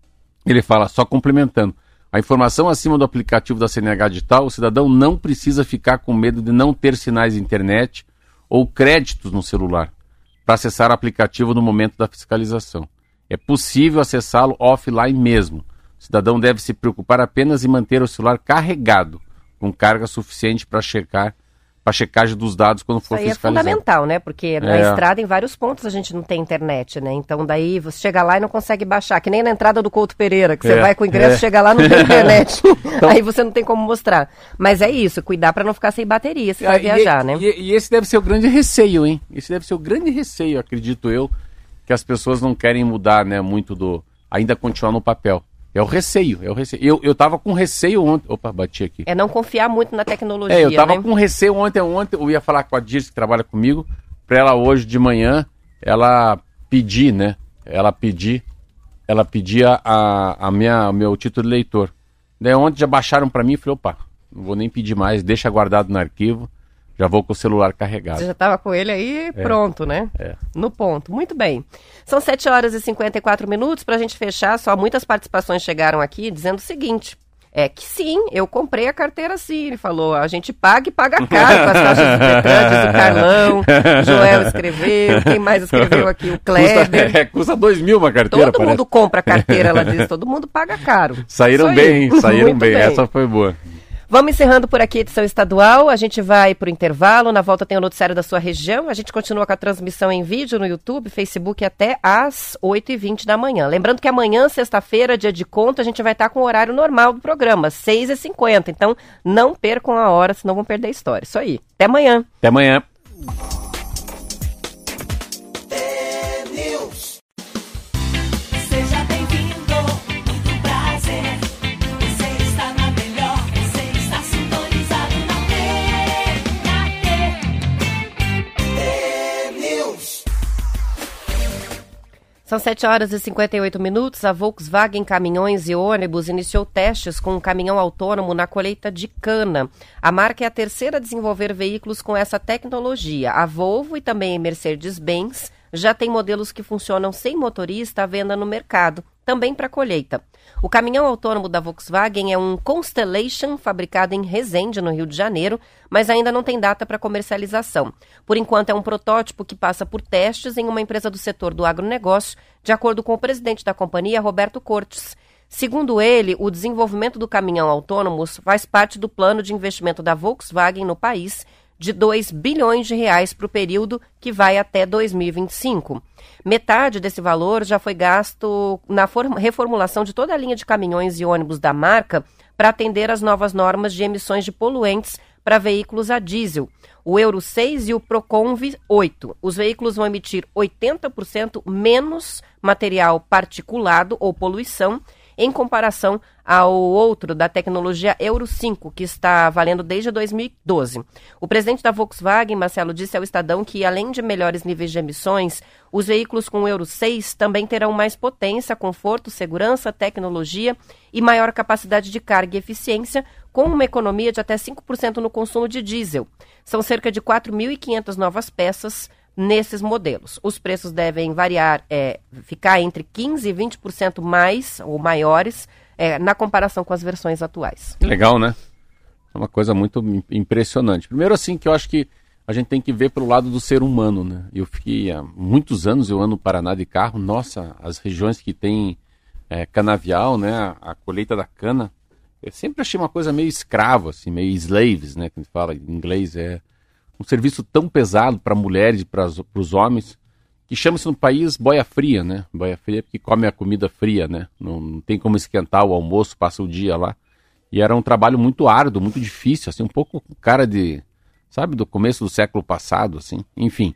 ele fala, só complementando, a informação acima do aplicativo da C N H Digital, o cidadão não precisa ficar com medo de não ter sinais de internet ou créditos no celular para acessar o aplicativo no momento da fiscalização. É possível acessá-lo offline mesmo. O cidadão deve se preocupar apenas em manter o celular carregado, com carga suficiente para checar, para checagem dos dados quando for fiscalizado. Isso aí é fundamental, né? Porque na é. estrada, em vários pontos, a gente não tem internet, né? Então, daí você chega lá e não consegue baixar. Que nem na entrada do Couto Pereira, que é. você vai com o ingresso, é. chega lá, não tem internet. Então, aí você não tem como mostrar. Mas é isso, cuidar para não ficar sem bateria se vai viajar, e, né? E, e esse deve ser o grande receio, hein? Esse deve ser o grande receio, acredito eu, que as pessoas não querem mudar, né? Muito do... ainda continuar no papel. É o receio, é o receio. Eu, eu tava com receio ontem. Opa, bati aqui. É não confiar muito na tecnologia. É, eu tava né? com receio ontem, ontem. Eu ia falar com a Dirce, que trabalha comigo, pra ela hoje de manhã, ela pedir, né? Ela pedir, ela pedia a, a minha, o meu título de eleitor. Daí ontem já baixaram pra mim e falei, opa, não vou nem pedir mais, deixa guardado no arquivo. Já vou com o celular carregado. Você já estava com ele aí é. pronto, né? É. No ponto. Muito bem. São sete horas e cinquenta e quatro minutos. Para a gente fechar, só muitas participações chegaram aqui dizendo o seguinte. É que sim, eu comprei a carteira sim. Ele falou, a gente paga e paga caro com as taxas de Detran, diz o Carlão, Joel escreveu, quem mais escreveu aqui? O Kleber. Custa, é, custa dois mil uma carteira, Todo parece. mundo compra a carteira, ela diz, todo mundo paga caro. Saíram bem, saíram bem. bem, essa foi boa. Vamos encerrando por aqui a edição estadual, a gente vai para o intervalo, na volta tem o noticiário da sua região, a gente continua com a transmissão em vídeo no YouTube, Facebook até às oito e vinte da manhã. Lembrando que amanhã, sexta-feira, dia de conta, a gente vai estar com o horário normal do programa, seis e cinquenta, então não percam a hora, senão vão perder a história. Isso aí, até amanhã. Até amanhã. São sete horas e cinquenta e oito minutos. A Volkswagen Caminhões e Ônibus iniciou testes com um caminhão autônomo na colheita de cana. A marca é a terceira a desenvolver veículos com essa tecnologia. A Volvo e também a Mercedes-Benz já tem modelos que funcionam sem motorista à venda no mercado, também para colheita. O caminhão autônomo da Volkswagen é um Constellation fabricado em Resende, no Rio de Janeiro, mas ainda não tem data para comercialização. Por enquanto, é um protótipo que passa por testes em uma empresa do setor do agronegócio, de acordo com o presidente da companhia, Roberto Cortes. Segundo ele, o desenvolvimento do caminhão autônomo faz parte do plano de investimento da Volkswagen no país, de dois bilhões de reais para o período que vai até dois mil e vinte e cinco. Metade desse valor já foi gasto na reformulação de toda a linha de caminhões e ônibus da marca para atender às novas normas de emissões de poluentes para veículos a diesel, o Euro seis e o Proconv oito. Os veículos vão emitir oitenta por cento menos material particulado ou poluição em comparação ao outro da tecnologia Euro cinco, que está valendo desde dois mil e doze. O presidente da Volkswagen, Marcelo, disse ao Estadão que, além de melhores níveis de emissões, os veículos com Euro seis também terão mais potência, conforto, segurança, tecnologia e maior capacidade de carga e eficiência, com uma economia de até cinco por cento no consumo de diesel. São cerca de quatro mil e quinhentas novas peças nesses modelos. Os preços devem variar, é, ficar entre quinze por cento e vinte por cento mais ou maiores é, na comparação com as versões atuais. Legal, né? É uma coisa muito impressionante. Primeiro, assim, que eu acho que a gente tem que ver pelo lado do ser humano, né? Eu fiquei há muitos anos, eu ando no Paraná de carro, nossa, as regiões que tem é, canavial, né? A, a colheita da cana, eu sempre achei uma coisa meio escrava, assim, meio slaves, né? Que a gente fala em inglês, é um serviço tão pesado para mulheres e para os homens, que chama-se no país boia fria, né? Boia fria porque come a comida fria, né? Não, não tem como esquentar o almoço, passa o dia lá. E era um trabalho muito árduo, muito difícil, assim, um pouco cara de, sabe, do começo do século passado, assim, enfim.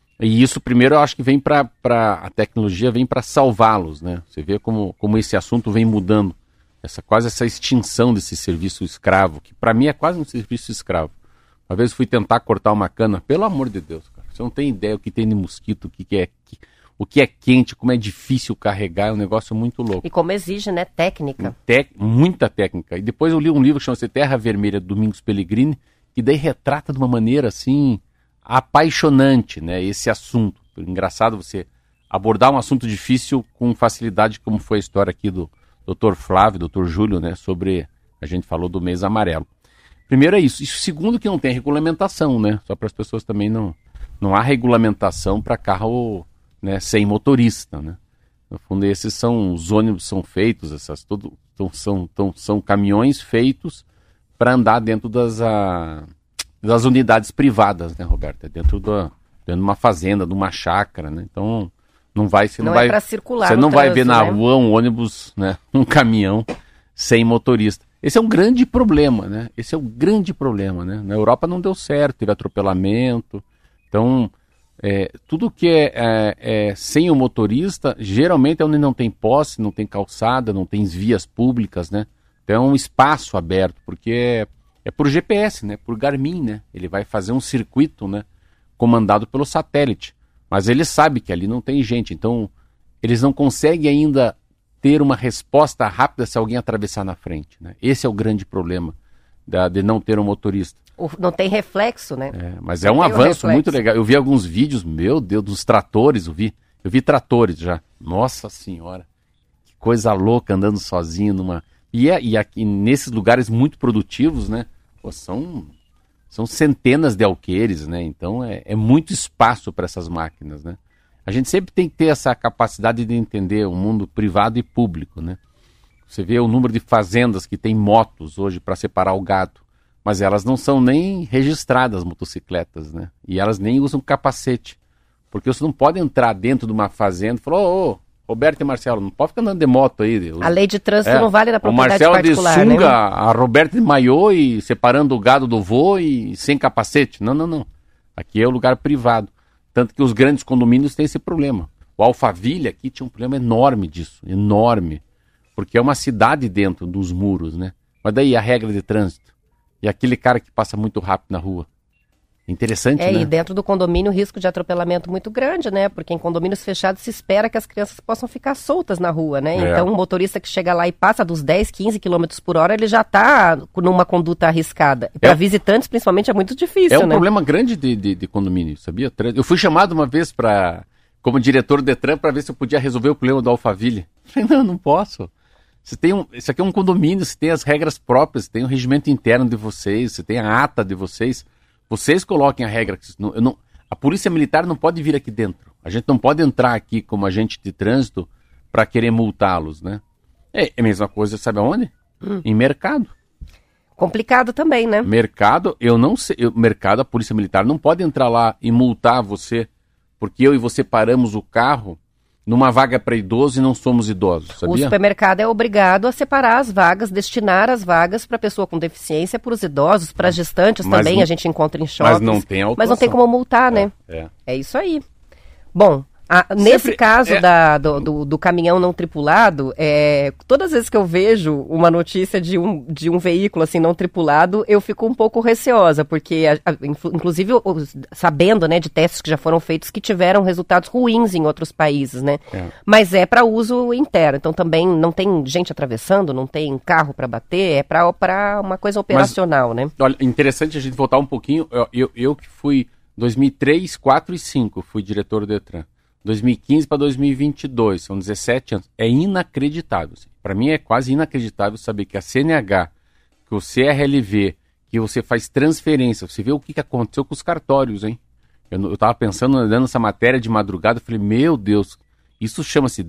E isso primeiro eu acho que vem para, a tecnologia vem para salvá-los, né? Você vê como, como esse assunto vem mudando, essa, quase essa extinção desse serviço escravo, que para mim é quase um serviço escravo. Uma vez eu fui tentar cortar uma cana, pelo amor de Deus, cara, você não tem ideia o que tem de mosquito, o que, que é... Que... O que é quente, como é difícil carregar, é um negócio muito louco. E como exige, né? Técnica. Tec... Muita técnica. E depois eu li um livro que chama-se Terra Vermelha, do Domingos Pellegrini, que daí retrata de uma maneira, assim, apaixonante, né? Esse assunto. Engraçado você abordar um assunto difícil com facilidade, como foi a história aqui do doutor Flávio, doutor Júlio, né? Sobre, a gente falou do mês amarelo. Primeiro é isso. E segundo, que não tem regulamentação, né? Só para as pessoas também não... Não há regulamentação para carro... Né, sem motorista, né? No fundo, esses são os ônibus são feitos, essas todo, tão, são, tão, são caminhões feitos para andar dentro das, a, das unidades privadas, né, Roberto? Dentro, do, dentro de uma fazenda, de uma chácara, né? Então não vai, você não, não vai, é para circular. Você não trânsito, vai ver na né? rua um ônibus, né, um caminhão sem motorista. Esse é um grande problema, né? Esse é um grande problema, né? Na Europa não deu certo, teve atropelamento, então É, tudo que é, é, é sem o motorista, geralmente é onde não tem posse, não tem calçada, não tem vias públicas, né? Então é um espaço aberto, porque é, é por G P S, né? Por Garmin, né? Ele vai fazer um circuito, né? Comandado pelo satélite. Mas ele sabe que ali não tem gente, então eles não conseguem ainda ter uma resposta rápida se alguém atravessar na frente, né? Esse é o grande problema da, de não ter um motorista. Não tem reflexo, né? É, mas é um avanço muito legal. Eu vi alguns vídeos, meu Deus, dos tratores, eu vi. Eu vi tratores já. Nossa Senhora, que coisa louca andando sozinho numa... E, é, e aqui nesses lugares muito produtivos, né? Pô, são, são centenas de alqueires, né? Então é, é muito espaço para essas máquinas, né? A gente sempre tem que ter essa capacidade de entender o mundo privado e público, né? Você vê o número de fazendas que tem motos hoje para separar o gado. Mas elas não são nem registradas, motocicletas, né? E elas nem usam capacete. Porque você não pode entrar dentro de uma fazenda e falar, ô, ô, Roberto e Marcelo, não pode ficar andando de moto aí. A lei de trânsito é, não vale na propriedade particular. O particular, Marcelo de sunga, né? a Roberta de maiô e separando o gado do vô e sem capacete. Não, não, não. Aqui é o lugar privado. Tanto que os grandes condomínios têm esse problema. O Alphaville aqui tinha um problema enorme disso, enorme. Porque é uma cidade dentro dos muros, né? Mas daí a regra de trânsito. E aquele cara que passa muito rápido na rua. Interessante, é, né? E dentro do condomínio o risco de atropelamento muito grande, né? Porque em condomínios fechados se espera que as crianças possam ficar soltas na rua, né? É. Então um motorista que chega lá e passa dos dez, quinze quilômetros por hora, ele já está numa conduta arriscada. Para É. visitantes, principalmente, é muito difícil, É um né? problema grande de, de, de condomínio, sabia? Eu fui chamado uma vez para como diretor do Detran para ver se eu podia resolver o problema do Alphaville. Falei, não, não posso. Você tem um, isso aqui é um condomínio, você tem as regras próprias, você tem o regimento interno de vocês, você tem a ata de vocês. Vocês coloquem a regra. Não, eu não, a polícia militar não pode vir aqui dentro. A gente não pode entrar aqui como agente de trânsito para querer multá-los, né? É, é a mesma coisa, sabe aonde? Hum. Em mercado. Complicado também, né? Mercado, eu não sei. Eu, mercado, a polícia militar não pode entrar lá e multar você, porque eu e você paramos o carro numa vaga para idoso e não somos idosos, sabia? O supermercado é obrigado a separar as vagas, destinar as vagas para pessoa com deficiência, para os idosos, para gestantes Mas também, não, a gente encontra em shoppings. Mas não tem autuação. Mas não tem como multar, né? É, é. É isso aí. Bom, a, nesse caso é... da, do, do, do caminhão não tripulado, é, todas as vezes que eu vejo uma notícia de um, de um veículo assim não tripulado, eu fico um pouco receosa, porque, a, a, inclusive, os, sabendo, né, de testes que já foram feitos que tiveram resultados ruins em outros países, né? É. Mas é para uso interno, então também não tem gente atravessando, não tem carro para bater, é para uma coisa operacional, Mas, né? Olha, interessante a gente voltar um pouquinho, eu, eu, eu que fui dois mil e três, dois mil e quatro e dois mil e cinco, fui diretor do Detran. dois mil e quinze para dois mil e vinte e dois, são dezessete anos. É inacreditável. Assim. Para mim é quase inacreditável saber que a C N H, que o C R L V, que você faz transferência, você vê o que, que aconteceu com os cartórios, hein? Eu estava pensando, olhando essa matéria de madrugada, eu falei, meu Deus, isso chama-se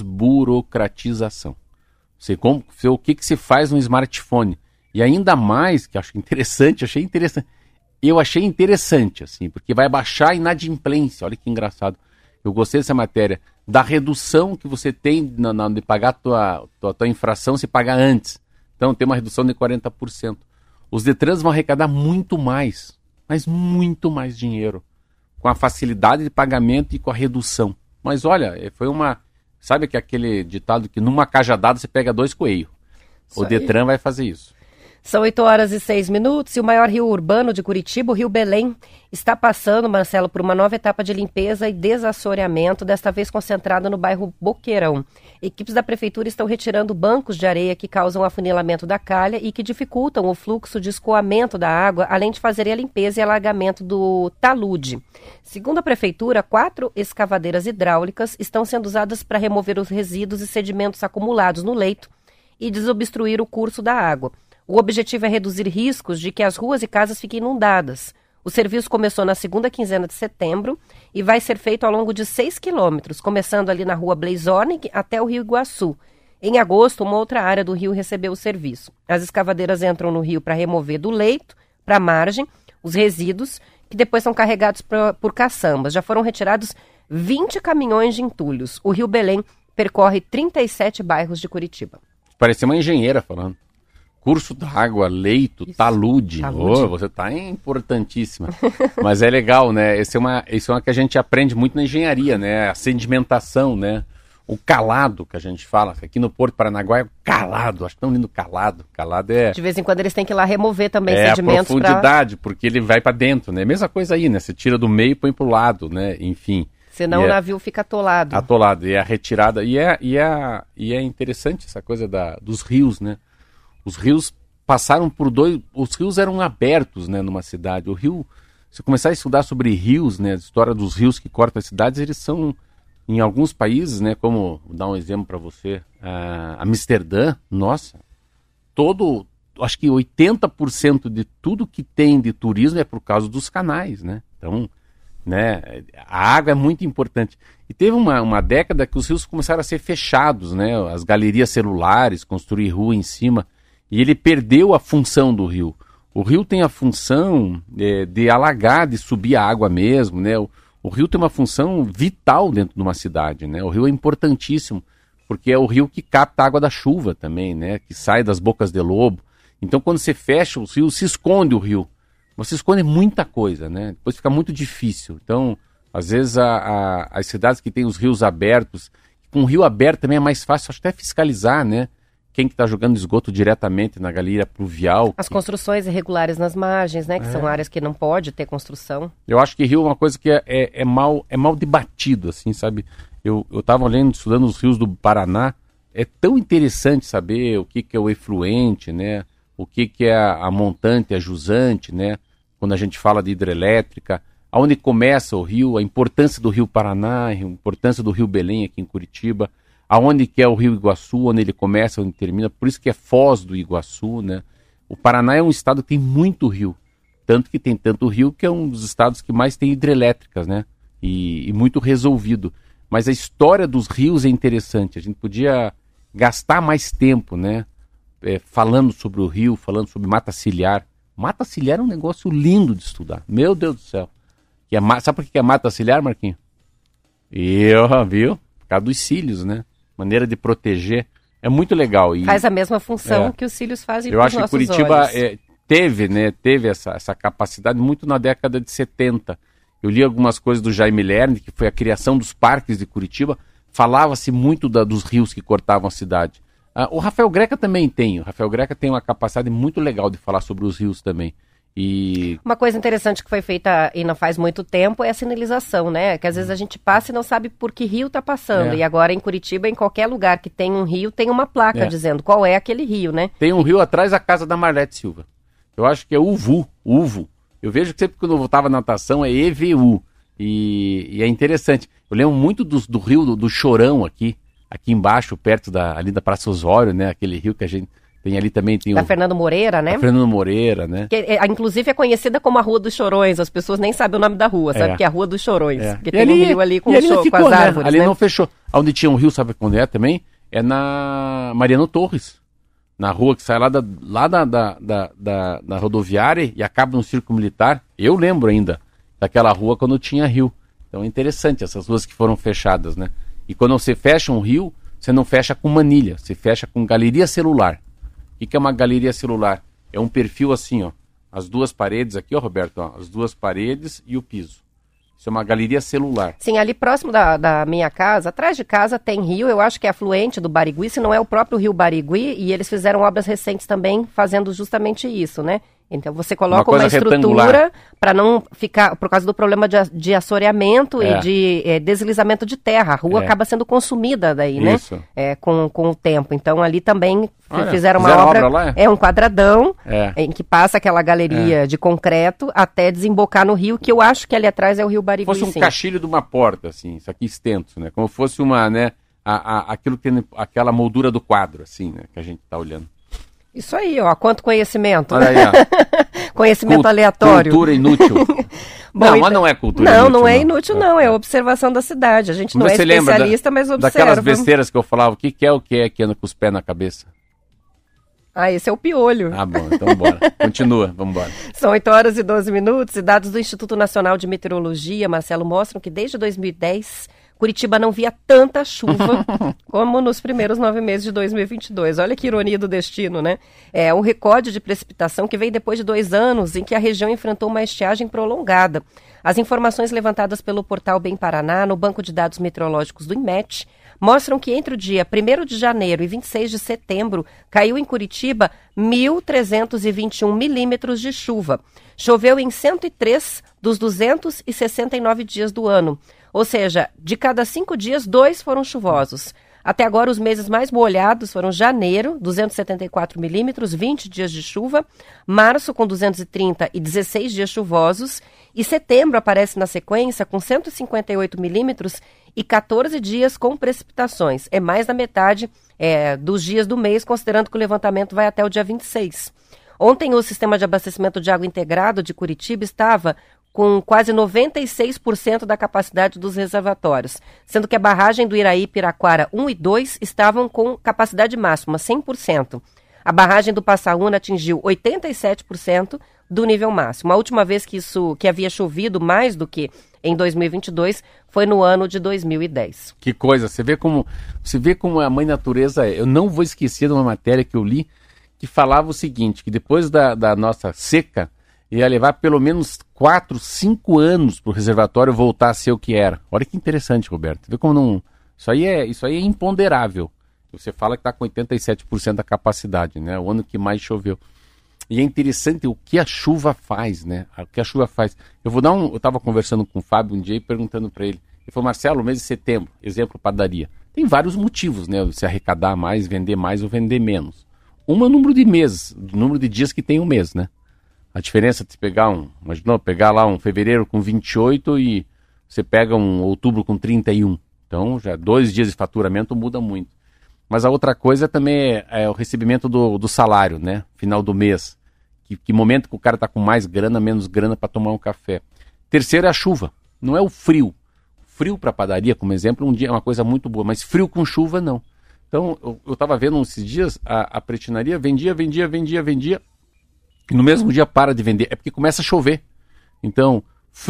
desburocratização. Você, como, você, o que, que você faz no smartphone? E ainda mais, que eu acho interessante, achei interessante, eu achei interessante, assim, porque vai baixar a inadimplência, olha que engraçado. Eu gostei dessa matéria, da redução que você tem na, na, de pagar a tua, tua, tua infração, se pagar antes. Então tem uma redução de quarenta por cento. Os Detrans vão arrecadar muito mais, mas muito mais dinheiro, com a facilidade de pagamento e com a redução. Mas olha, foi uma... Sabe que aquele ditado que numa cajadada você pega dois coelhos? O Detran vai fazer isso. São oito horas e seis minutos e o maior rio urbano de Curitiba, o Rio Belém, está passando, Marcelo, por uma nova etapa de limpeza e desassoreamento, desta vez concentrada no bairro Boqueirão. Equipes da prefeitura estão retirando bancos de areia que causam afunilamento da calha e que dificultam o fluxo de escoamento da água, além de fazerem a limpeza e alagamento do talude. Segundo a prefeitura, quatro escavadeiras hidráulicas estão sendo usadas para remover os resíduos e sedimentos acumulados no leito e desobstruir o curso da água. O objetivo é reduzir riscos de que as ruas e casas fiquem inundadas. O serviço começou na segunda quinzena de setembro e vai ser feito ao longo de seis quilômetros, começando ali na rua Blaizornig até o Rio Iguaçu. Em agosto, uma outra área do rio recebeu o serviço. As escavadeiras entram no rio para remover do leito para a margem os resíduos, que depois são carregados pra, por caçambas. Já foram retirados vinte caminhões de entulhos. O Rio Belém percorre trinta e sete bairros de Curitiba. Parecia uma engenheira falando. Curso d'água, leito, isso. talude. talude. Oh, você está importantíssima. Mas é legal, né? Esse é uma, isso é uma que a gente aprende muito na engenharia, né? A sedimentação, né? O calado que a gente fala. Aqui no Porto Paranaguá é calado. Acho tão lindo calado. Calado é... De vez em quando eles têm que ir lá remover também é sedimentos. É a profundidade, pra... porque ele vai para dentro, né? Mesma coisa aí, né? Você tira do meio e põe para o lado, né? Enfim. Senão o é... navio fica atolado. Atolado. E é a retirada... E é, e é, e é interessante essa coisa da, dos rios, né? Os rios passaram por dois... Os rios eram abertos, né, numa cidade. O rio... Se começar a estudar sobre rios, né, a história dos rios que cortam as cidades, eles são, em alguns países, né, como... Vou dar um exemplo para você. Uh, Amsterdã, nossa, todo... Acho que oitenta por cento de tudo que tem de turismo é por causa dos canais, né? Então, né, a água é muito importante. E teve uma, uma década que os rios começaram a ser fechados, né? As galerias celulares, construir rua em cima... E ele perdeu a função do rio. O rio tem a função é, de alagar, de subir a água mesmo, né? O, o rio tem uma função vital dentro de uma cidade, né? O rio é importantíssimo, porque é o rio que capta a água da chuva também, né? Que sai das bocas de lobo. Então, quando você fecha os rios, se esconde o rio. Você esconde muita coisa, né? Depois fica muito difícil. Então, às vezes, a, a, as cidades que têm os rios abertos, com o rio aberto também é mais fácil até fiscalizar, né? Quem que está jogando esgoto diretamente na galeria pluvial. As que... construções irregulares nas margens, né? Que é. São áreas que não pode ter construção. Eu acho que rio é uma coisa que é, é, é, mal, é mal debatido, assim, sabe? Eu estava lendo, estudando os rios do Paraná. É tão interessante saber o que, que é o efluente, né? O que, que é a, a montante, a jusante, né? Quando a gente fala de hidrelétrica. Aonde começa o rio, a importância do rio Paraná, a importância do rio Belém aqui em Curitiba. Aonde que é o Rio Iguaçu, onde ele começa, onde termina, por isso que é Foz do Iguaçu, né? O Paraná é um estado que tem muito rio, tanto que tem tanto rio que é um dos estados que mais tem hidrelétricas, né? E, e muito resolvido. Mas a história dos rios é interessante, a gente podia gastar mais tempo, né? É, falando sobre o rio, falando sobre mata ciliar. Mata ciliar é um negócio lindo de estudar, meu Deus do céu. Que é, sabe por que é mata ciliar, Marquinhos? Eu, viu? causa dos cílios, né? Maneira de proteger. É muito legal. E, faz a mesma função é, que os cílios fazem eu para os acho nossos que Curitiba olhos. é, teve, né? Teve essa, essa capacidade muito na década de setenta. Eu li algumas coisas do Jaime Lerner, que foi a criação dos parques de Curitiba. Falava-se muito da, dos rios que cortavam a cidade. Ah, o Rafael Greca também tem. O Rafael Greca tem uma capacidade muito legal de falar sobre os rios também. E... Uma coisa interessante que foi feita e não faz muito tempo é a sinalização, né? Que às vezes a gente passa e não sabe por que rio está passando. É. E agora em Curitiba, em qualquer lugar que tem um rio, tem uma placa É. dizendo qual é aquele rio, né? Tem um rio atrás da casa da Marlete Silva. Eu acho que é Uvu. Uvo. Eu vejo que sempre quando eu voltava na natação é E V U. E, e é interessante. Eu lembro muito do, do rio do, do Chorão aqui. Aqui embaixo, perto da, ali da Praça Osório, né? Aquele rio que a gente tem ali também. Tem Da o, Fernando Moreira, né? da Fernando Moreira, né? Que, é, inclusive é conhecida como a Rua dos Chorões. As pessoas nem sabem o nome da rua, sabe? É. Que é a Rua dos Chorões. É. Porque E tem ali- um rio ali com, e ali o não cho- ficou, com as né? árvores, Ali né? não fechou. Onde tinha um rio, sabe quando é também? É na Mariano Torres. Na rua que sai lá da, lá da, da, da, da, da rodoviária e acaba no Circo Militar. Eu lembro ainda daquela rua quando tinha rio. Então é interessante essas ruas que foram fechadas, né? E quando você fecha um rio, você não fecha com manilha, você fecha com galeria celular. O que, que é uma galeria celular? É um perfil assim, ó. As duas paredes aqui, ó, Roberto, ó, as duas paredes e o piso. Isso é uma galeria celular. Sim, ali próximo da, da minha casa, atrás de casa tem rio, eu acho que é afluente do Barigui, se não é o próprio rio Barigui, e eles fizeram obras recentes também fazendo justamente isso, né? Então você coloca Uma uma, coisa estrutura retangular. para não ficar, por causa do problema de, a- de assoreamento É. e de eh, deslizamento de terra. A rua É. acaba sendo consumida daí, né? Isso. É, com, com o tempo. Então ali também f- Olha, fizeram uma fizeram obra, obra lá, é? é um quadradão, É. em que passa aquela galeria de concreto até desembocar no rio, que eu acho que ali atrás é o rio Barigui, Fosse um sim. caixilho de uma porta, assim, isso aqui extenso, né? Como fosse uma, né? A, a, aquilo que tem, aquela moldura do quadro, assim, né? Que a gente tá olhando. Isso aí, ó, quanto conhecimento. Olha aí, ó. Conhecimento Cult- aleatório. Cultura inútil. Bom, não, então- mas não é cultura Não, inútil. não é inútil, não. É observação da cidade. A gente não é Você lembra da- especialista, mas observa. daquelas besteiras que eu falava, o que, que é o que é que anda com os pés na cabeça? Ah, esse é o piolho. Ah, bom, então bora. Continua, vamos embora. São oito horas e doze minutos e dados do Instituto Nacional de Meteorologia, Marcelo, mostram que desde dois mil e dez, Curitiba não via tanta chuva como nos primeiros nove meses de dois mil e vinte e dois. Olha que ironia do destino, né? É um recorde de precipitação que vem depois de dois anos em que a região enfrentou uma estiagem prolongada. As informações levantadas pelo portal Bem Paraná, no banco de dados meteorológicos do INMET, mostram que entre o dia primeiro de janeiro e vinte e seis de setembro, caiu em Curitiba mil trezentos e vinte e um milímetros de chuva. Choveu em cento e três dos duzentos e sessenta e nove dias do ano. Ou seja, de cada cinco dias, dois foram chuvosos. Até agora, os meses mais molhados foram janeiro, duzentos e setenta e quatro milímetros, vinte dias de chuva, março com duzentos e trinta e dezesseis dias chuvosos, e setembro aparece na sequência com cento e cinquenta e oito milímetros e quatorze dias com precipitações. É mais da metade é, dos dias do mês, considerando que o levantamento vai até o dia vinte e seis. Ontem, o Sistema de Abastecimento de Água Integrado de Curitiba estava com quase noventa e seis por cento da capacidade dos reservatórios, sendo que a barragem do Iraí, Piraquara um e dois estavam com capacidade máxima, cem por cento. A barragem do Passaúna atingiu oitenta e sete por cento do nível máximo. A última vez que isso que havia chovido mais do que em dois mil e vinte e dois foi no ano de dois mil e dez. Que coisa, você vê como, você vê como a mãe natureza é. Eu não vou esquecer de uma matéria que eu li que falava o seguinte, que depois da, da nossa seca, ia levar pelo menos quatro, cinco anos para o reservatório voltar a ser o que era. Olha que interessante, Roberto. Vê como não... Isso aí é, isso aí é imponderável. Você fala que está com oitenta e sete por cento da capacidade, né? O ano que mais choveu. E é interessante o que a chuva faz, né? O que a chuva faz. Eu vou dar um... Eu estava conversando com o Fábio um dia e perguntando para ele. Ele falou, Marcelo, mês de setembro, exemplo, padaria. Tem vários motivos, né? Se arrecadar mais, vender mais ou vender menos. Um é o número de meses, o número de dias que tem um mês, né? A diferença de pegar um, imagina, pegar lá um fevereiro com vinte e oito e você pega um outubro com trinta e um. Então, já dois dias de faturamento muda muito. Mas a outra coisa também é, é o recebimento do, do salário, né? Final do mês. Que, que momento que o cara está com mais grana, menos grana para tomar um café. Terceiro é a chuva, não é o frio. Frio para padaria, como exemplo, um dia é uma coisa muito boa, mas frio com chuva não. Então, eu estava vendo esses dias, a, a pretinaria vendia, vendia, vendia, vendia, e no mesmo dia para de vender. É porque começa a chover. Então, frio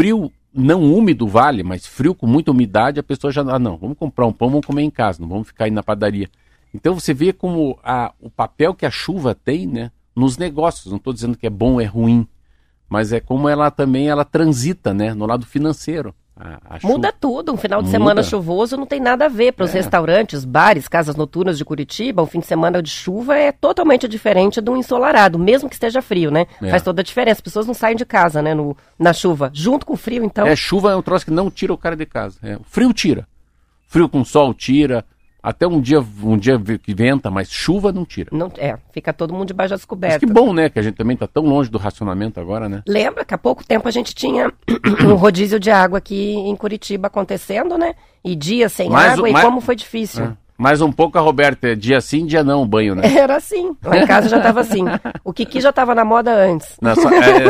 não úmido vale, mas frio com muita umidade, a pessoa já, ah não, vamos comprar um pão, vamos comer em casa, não vamos ficar aí na padaria. Então você vê como a, o papel que a chuva tem, né, nos negócios, não estou dizendo que é bom, é ruim, mas é como ela também, ela transita, né, no lado financeiro. A, a Muda tudo, um final de Muda. semana chuvoso não tem nada a ver para os É. restaurantes, bares, casas noturnas de Curitiba, um fim de semana de chuva é totalmente diferente de um ensolarado, mesmo que esteja frio, né? É. Faz toda a diferença, as pessoas não saem de casa, né, no, na chuva, junto com o frio, então... É, chuva é um troço que não tira o cara de casa. É, o frio tira. Frio com sol tira. Até um dia, um dia que venta, mas chuva não tira. Não, é, fica todo mundo debaixo das Mas cobertas. que bom, né? Que a gente também tá tão longe do racionamento agora, né? Lembra que há pouco tempo a gente tinha um rodízio de água aqui em Curitiba acontecendo, né? E dias sem Mais água, um- e mais- como foi difícil. É. Mais um pouco a Roberta, é dia sim, dia não, o banho, né? Era assim, lá em casa já tava assim. O Kiki já tava na moda antes. Nossa,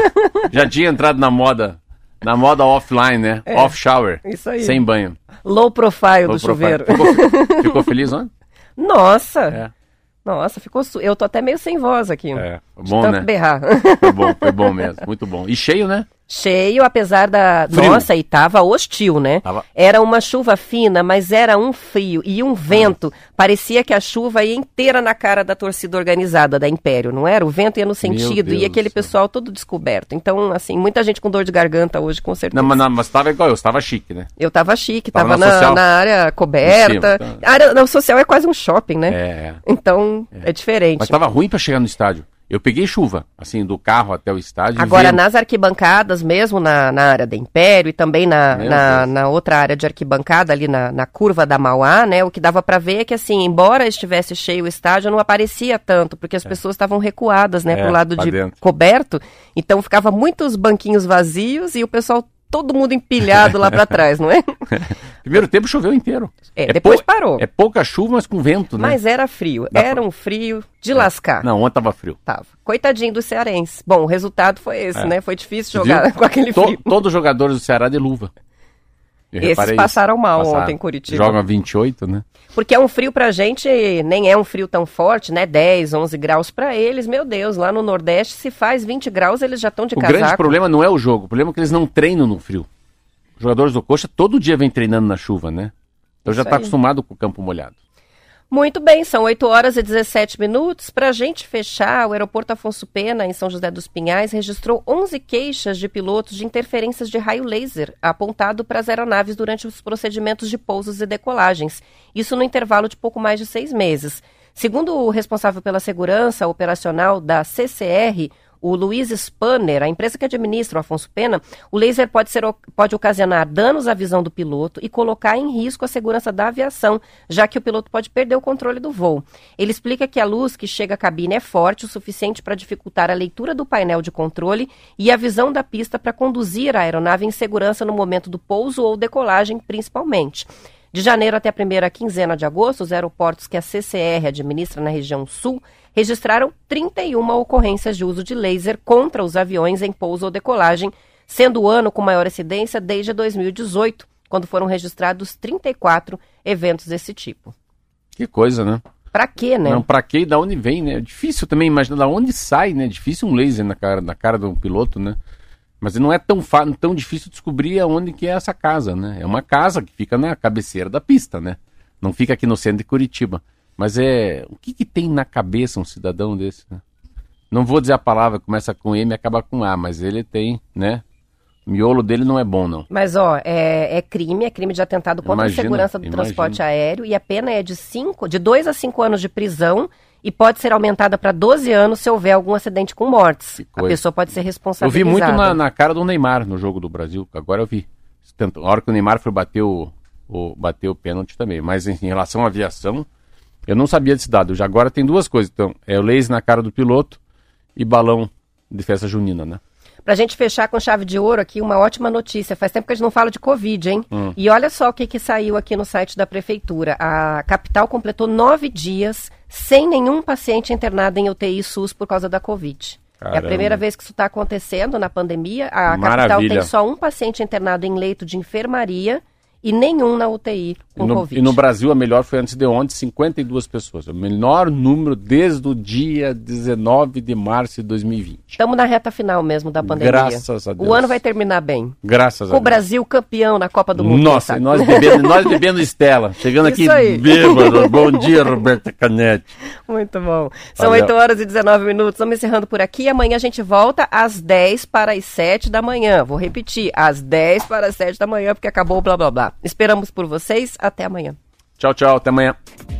é, já tinha entrado na moda, na moda offline, né? Off shower. isso aí. Sem banho. Low profile Low do profile. chuveiro. Ficou, ficou feliz, não? Nossa! É. Nossa, ficou. Su... Eu tô até meio sem voz aqui. É, de bom, tanto né? berrar. Foi bom, foi bom mesmo. Muito bom. E cheio, né? Cheio, apesar da. Frio. Nossa, e tava hostil, né? Tava- Era uma chuva fina, mas era um frio e um vento. Parecia que a chuva ia inteira na cara da torcida organizada da Império, não era? O vento ia no sentido Deus e aquele do céu. pessoal todo descoberto. Então, assim, muita gente com dor de garganta hoje, com certeza. Não, mas, não, mas tava igual eu, tava chique, né? Eu tava chique, Tava tava, na na, social. na área coberta. Em cima, tá. A área não, social é quase um shopping, né? É. Então, é, diferente. Mas tava ruim pra chegar no estádio. Eu peguei chuva, assim, do carro até o estádio. e Agora, vento. nas arquibancadas, mesmo na, na área da Império e também na, Meu na, Deus. na outra área de arquibancada, ali na, na curva da Mauá, né? O que dava pra ver é que, assim, embora estivesse cheio o estádio, não aparecia tanto, porque as pessoas estavam recuadas, né, É, pro lado pra de dentro. coberto. Então, ficava muitos banquinhos vazios e o pessoal, todo mundo empilhado lá pra trás, não é? Primeiro tempo choveu inteiro. É, depois parou. É pouca chuva, mas com vento, né? Mas era frio, Dá era pra- um frio de lascar. Não, ontem tava frio. Tava. Coitadinho do cearense. Bom, o resultado foi esse, É. né? Foi difícil Você jogar viu? com aquele To- frio. Todos os jogadores do Ceará de luva. Eu Esses reparei passaram isso. mal ontem em Curitiba. Jogam a vinte e oito, né? Porque é um frio pra gente, nem é um frio tão forte, né? dez, onze graus pra eles. Meu Deus, lá no Nordeste, se faz vinte graus, eles já estão de O casaco. grande problema não é o jogo, o problema é que eles não treinam no frio. Os jogadores do Coxa todo dia vêm treinando na chuva, né? Eu já Isso tá aí. acostumado com o campo molhado. Muito bem, são oito horas e dezessete minutos. Pra gente fechar, o aeroporto Afonso Pena, em São José dos Pinhais, registrou onze queixas de pilotos de interferências de raio laser apontado para as aeronaves durante os procedimentos de pousos e decolagens. Isso no intervalo de pouco mais de seis meses. Segundo o responsável pela segurança operacional da C C R, o Luiz Spanner, a empresa que administra o Afonso Pena, o laser pode, ser, pode ocasionar danos à visão do piloto e colocar em risco a segurança da aviação, já que o piloto pode perder o controle do voo. Ele explica que a luz que chega à cabine é forte o suficiente para dificultar a leitura do painel de controle e a visão da pista para conduzir a aeronave em segurança no momento do pouso ou decolagem, principalmente. De janeiro até a primeira quinzena de agosto, os aeroportos que a C C R administra na região sul registraram trinta e uma ocorrências de uso de laser contra os aviões em pouso ou decolagem, sendo o ano com maior incidência desde dois mil e dezoito, quando foram registrados trinta e quatro eventos desse tipo. Que coisa, né? Pra quê, né? Não, pra quê e da onde vem, né? É difícil também imaginar da onde sai, né? É difícil um laser na cara, na cara de um piloto, né? Mas não é tão, fa- tão difícil descobrir aonde que é essa casa, né? É uma casa que fica na cabeceira da pista, né? Não fica aqui no centro de Curitiba. Mas é... O que que tem na cabeça um cidadão desse, né? Não vou dizer a palavra, começa com M e acaba com A, mas ele tem, né? O miolo dele não é bom, não. Mas, ó, é, é crime, é crime de atentado contra Imagina, a segurança do imagina. transporte aéreo e a pena é de cinco, de dois a cinco anos de prisão e pode ser aumentada para doze anos se houver algum acidente com mortes. Que A coisa. pessoa pode ser Eu responsabilizada. vi muito na, na cara do Neymar no jogo do Brasil, agora eu vi. Tanto, a hora que o Neymar foi bater o, o, bater o pênalti também. Mas em, em relação à aviação, eu não sabia desse dado. Já agora tem duas coisas, então. É o laser na cara do piloto e balão de festa junina, né? Pra gente fechar com chave de ouro aqui, uma ótima notícia. Faz tempo que a gente não fala de Covid, hein? Hum. E olha só o que, que saiu aqui no site da Prefeitura. A capital completou nove dias sem nenhum paciente internado em U T I SUS por causa da Covid. É a Caramba. primeira vez que isso está acontecendo na pandemia. A Maravilha. capital tem só um paciente internado em leito de enfermaria e nenhum na U T I com e no, Covid. E no Brasil a melhor foi antes de ontem, cinquenta e duas pessoas. O menor número desde o dia dezenove de março de dois mil e vinte. Estamos na reta final mesmo da pandemia. Graças a Deus. O ano vai terminar bem. Graças a Com Deus. o Brasil campeão na Copa do Mundo. Nossa, e nós bebendo, nós bebendo Estela. Chegando Isso aqui aí. bêbado. Bom dia, Roberta Canetti. Muito bom. São Valeu. oito horas e dezenove minutos. Vamos encerrando por aqui. Amanhã a gente volta às dez para as sete da manhã. Vou repetir, às dez para as sete da manhã, porque acabou o blá blá blá. Esperamos por vocês. Até amanhã. Tchau, tchau. Até amanhã.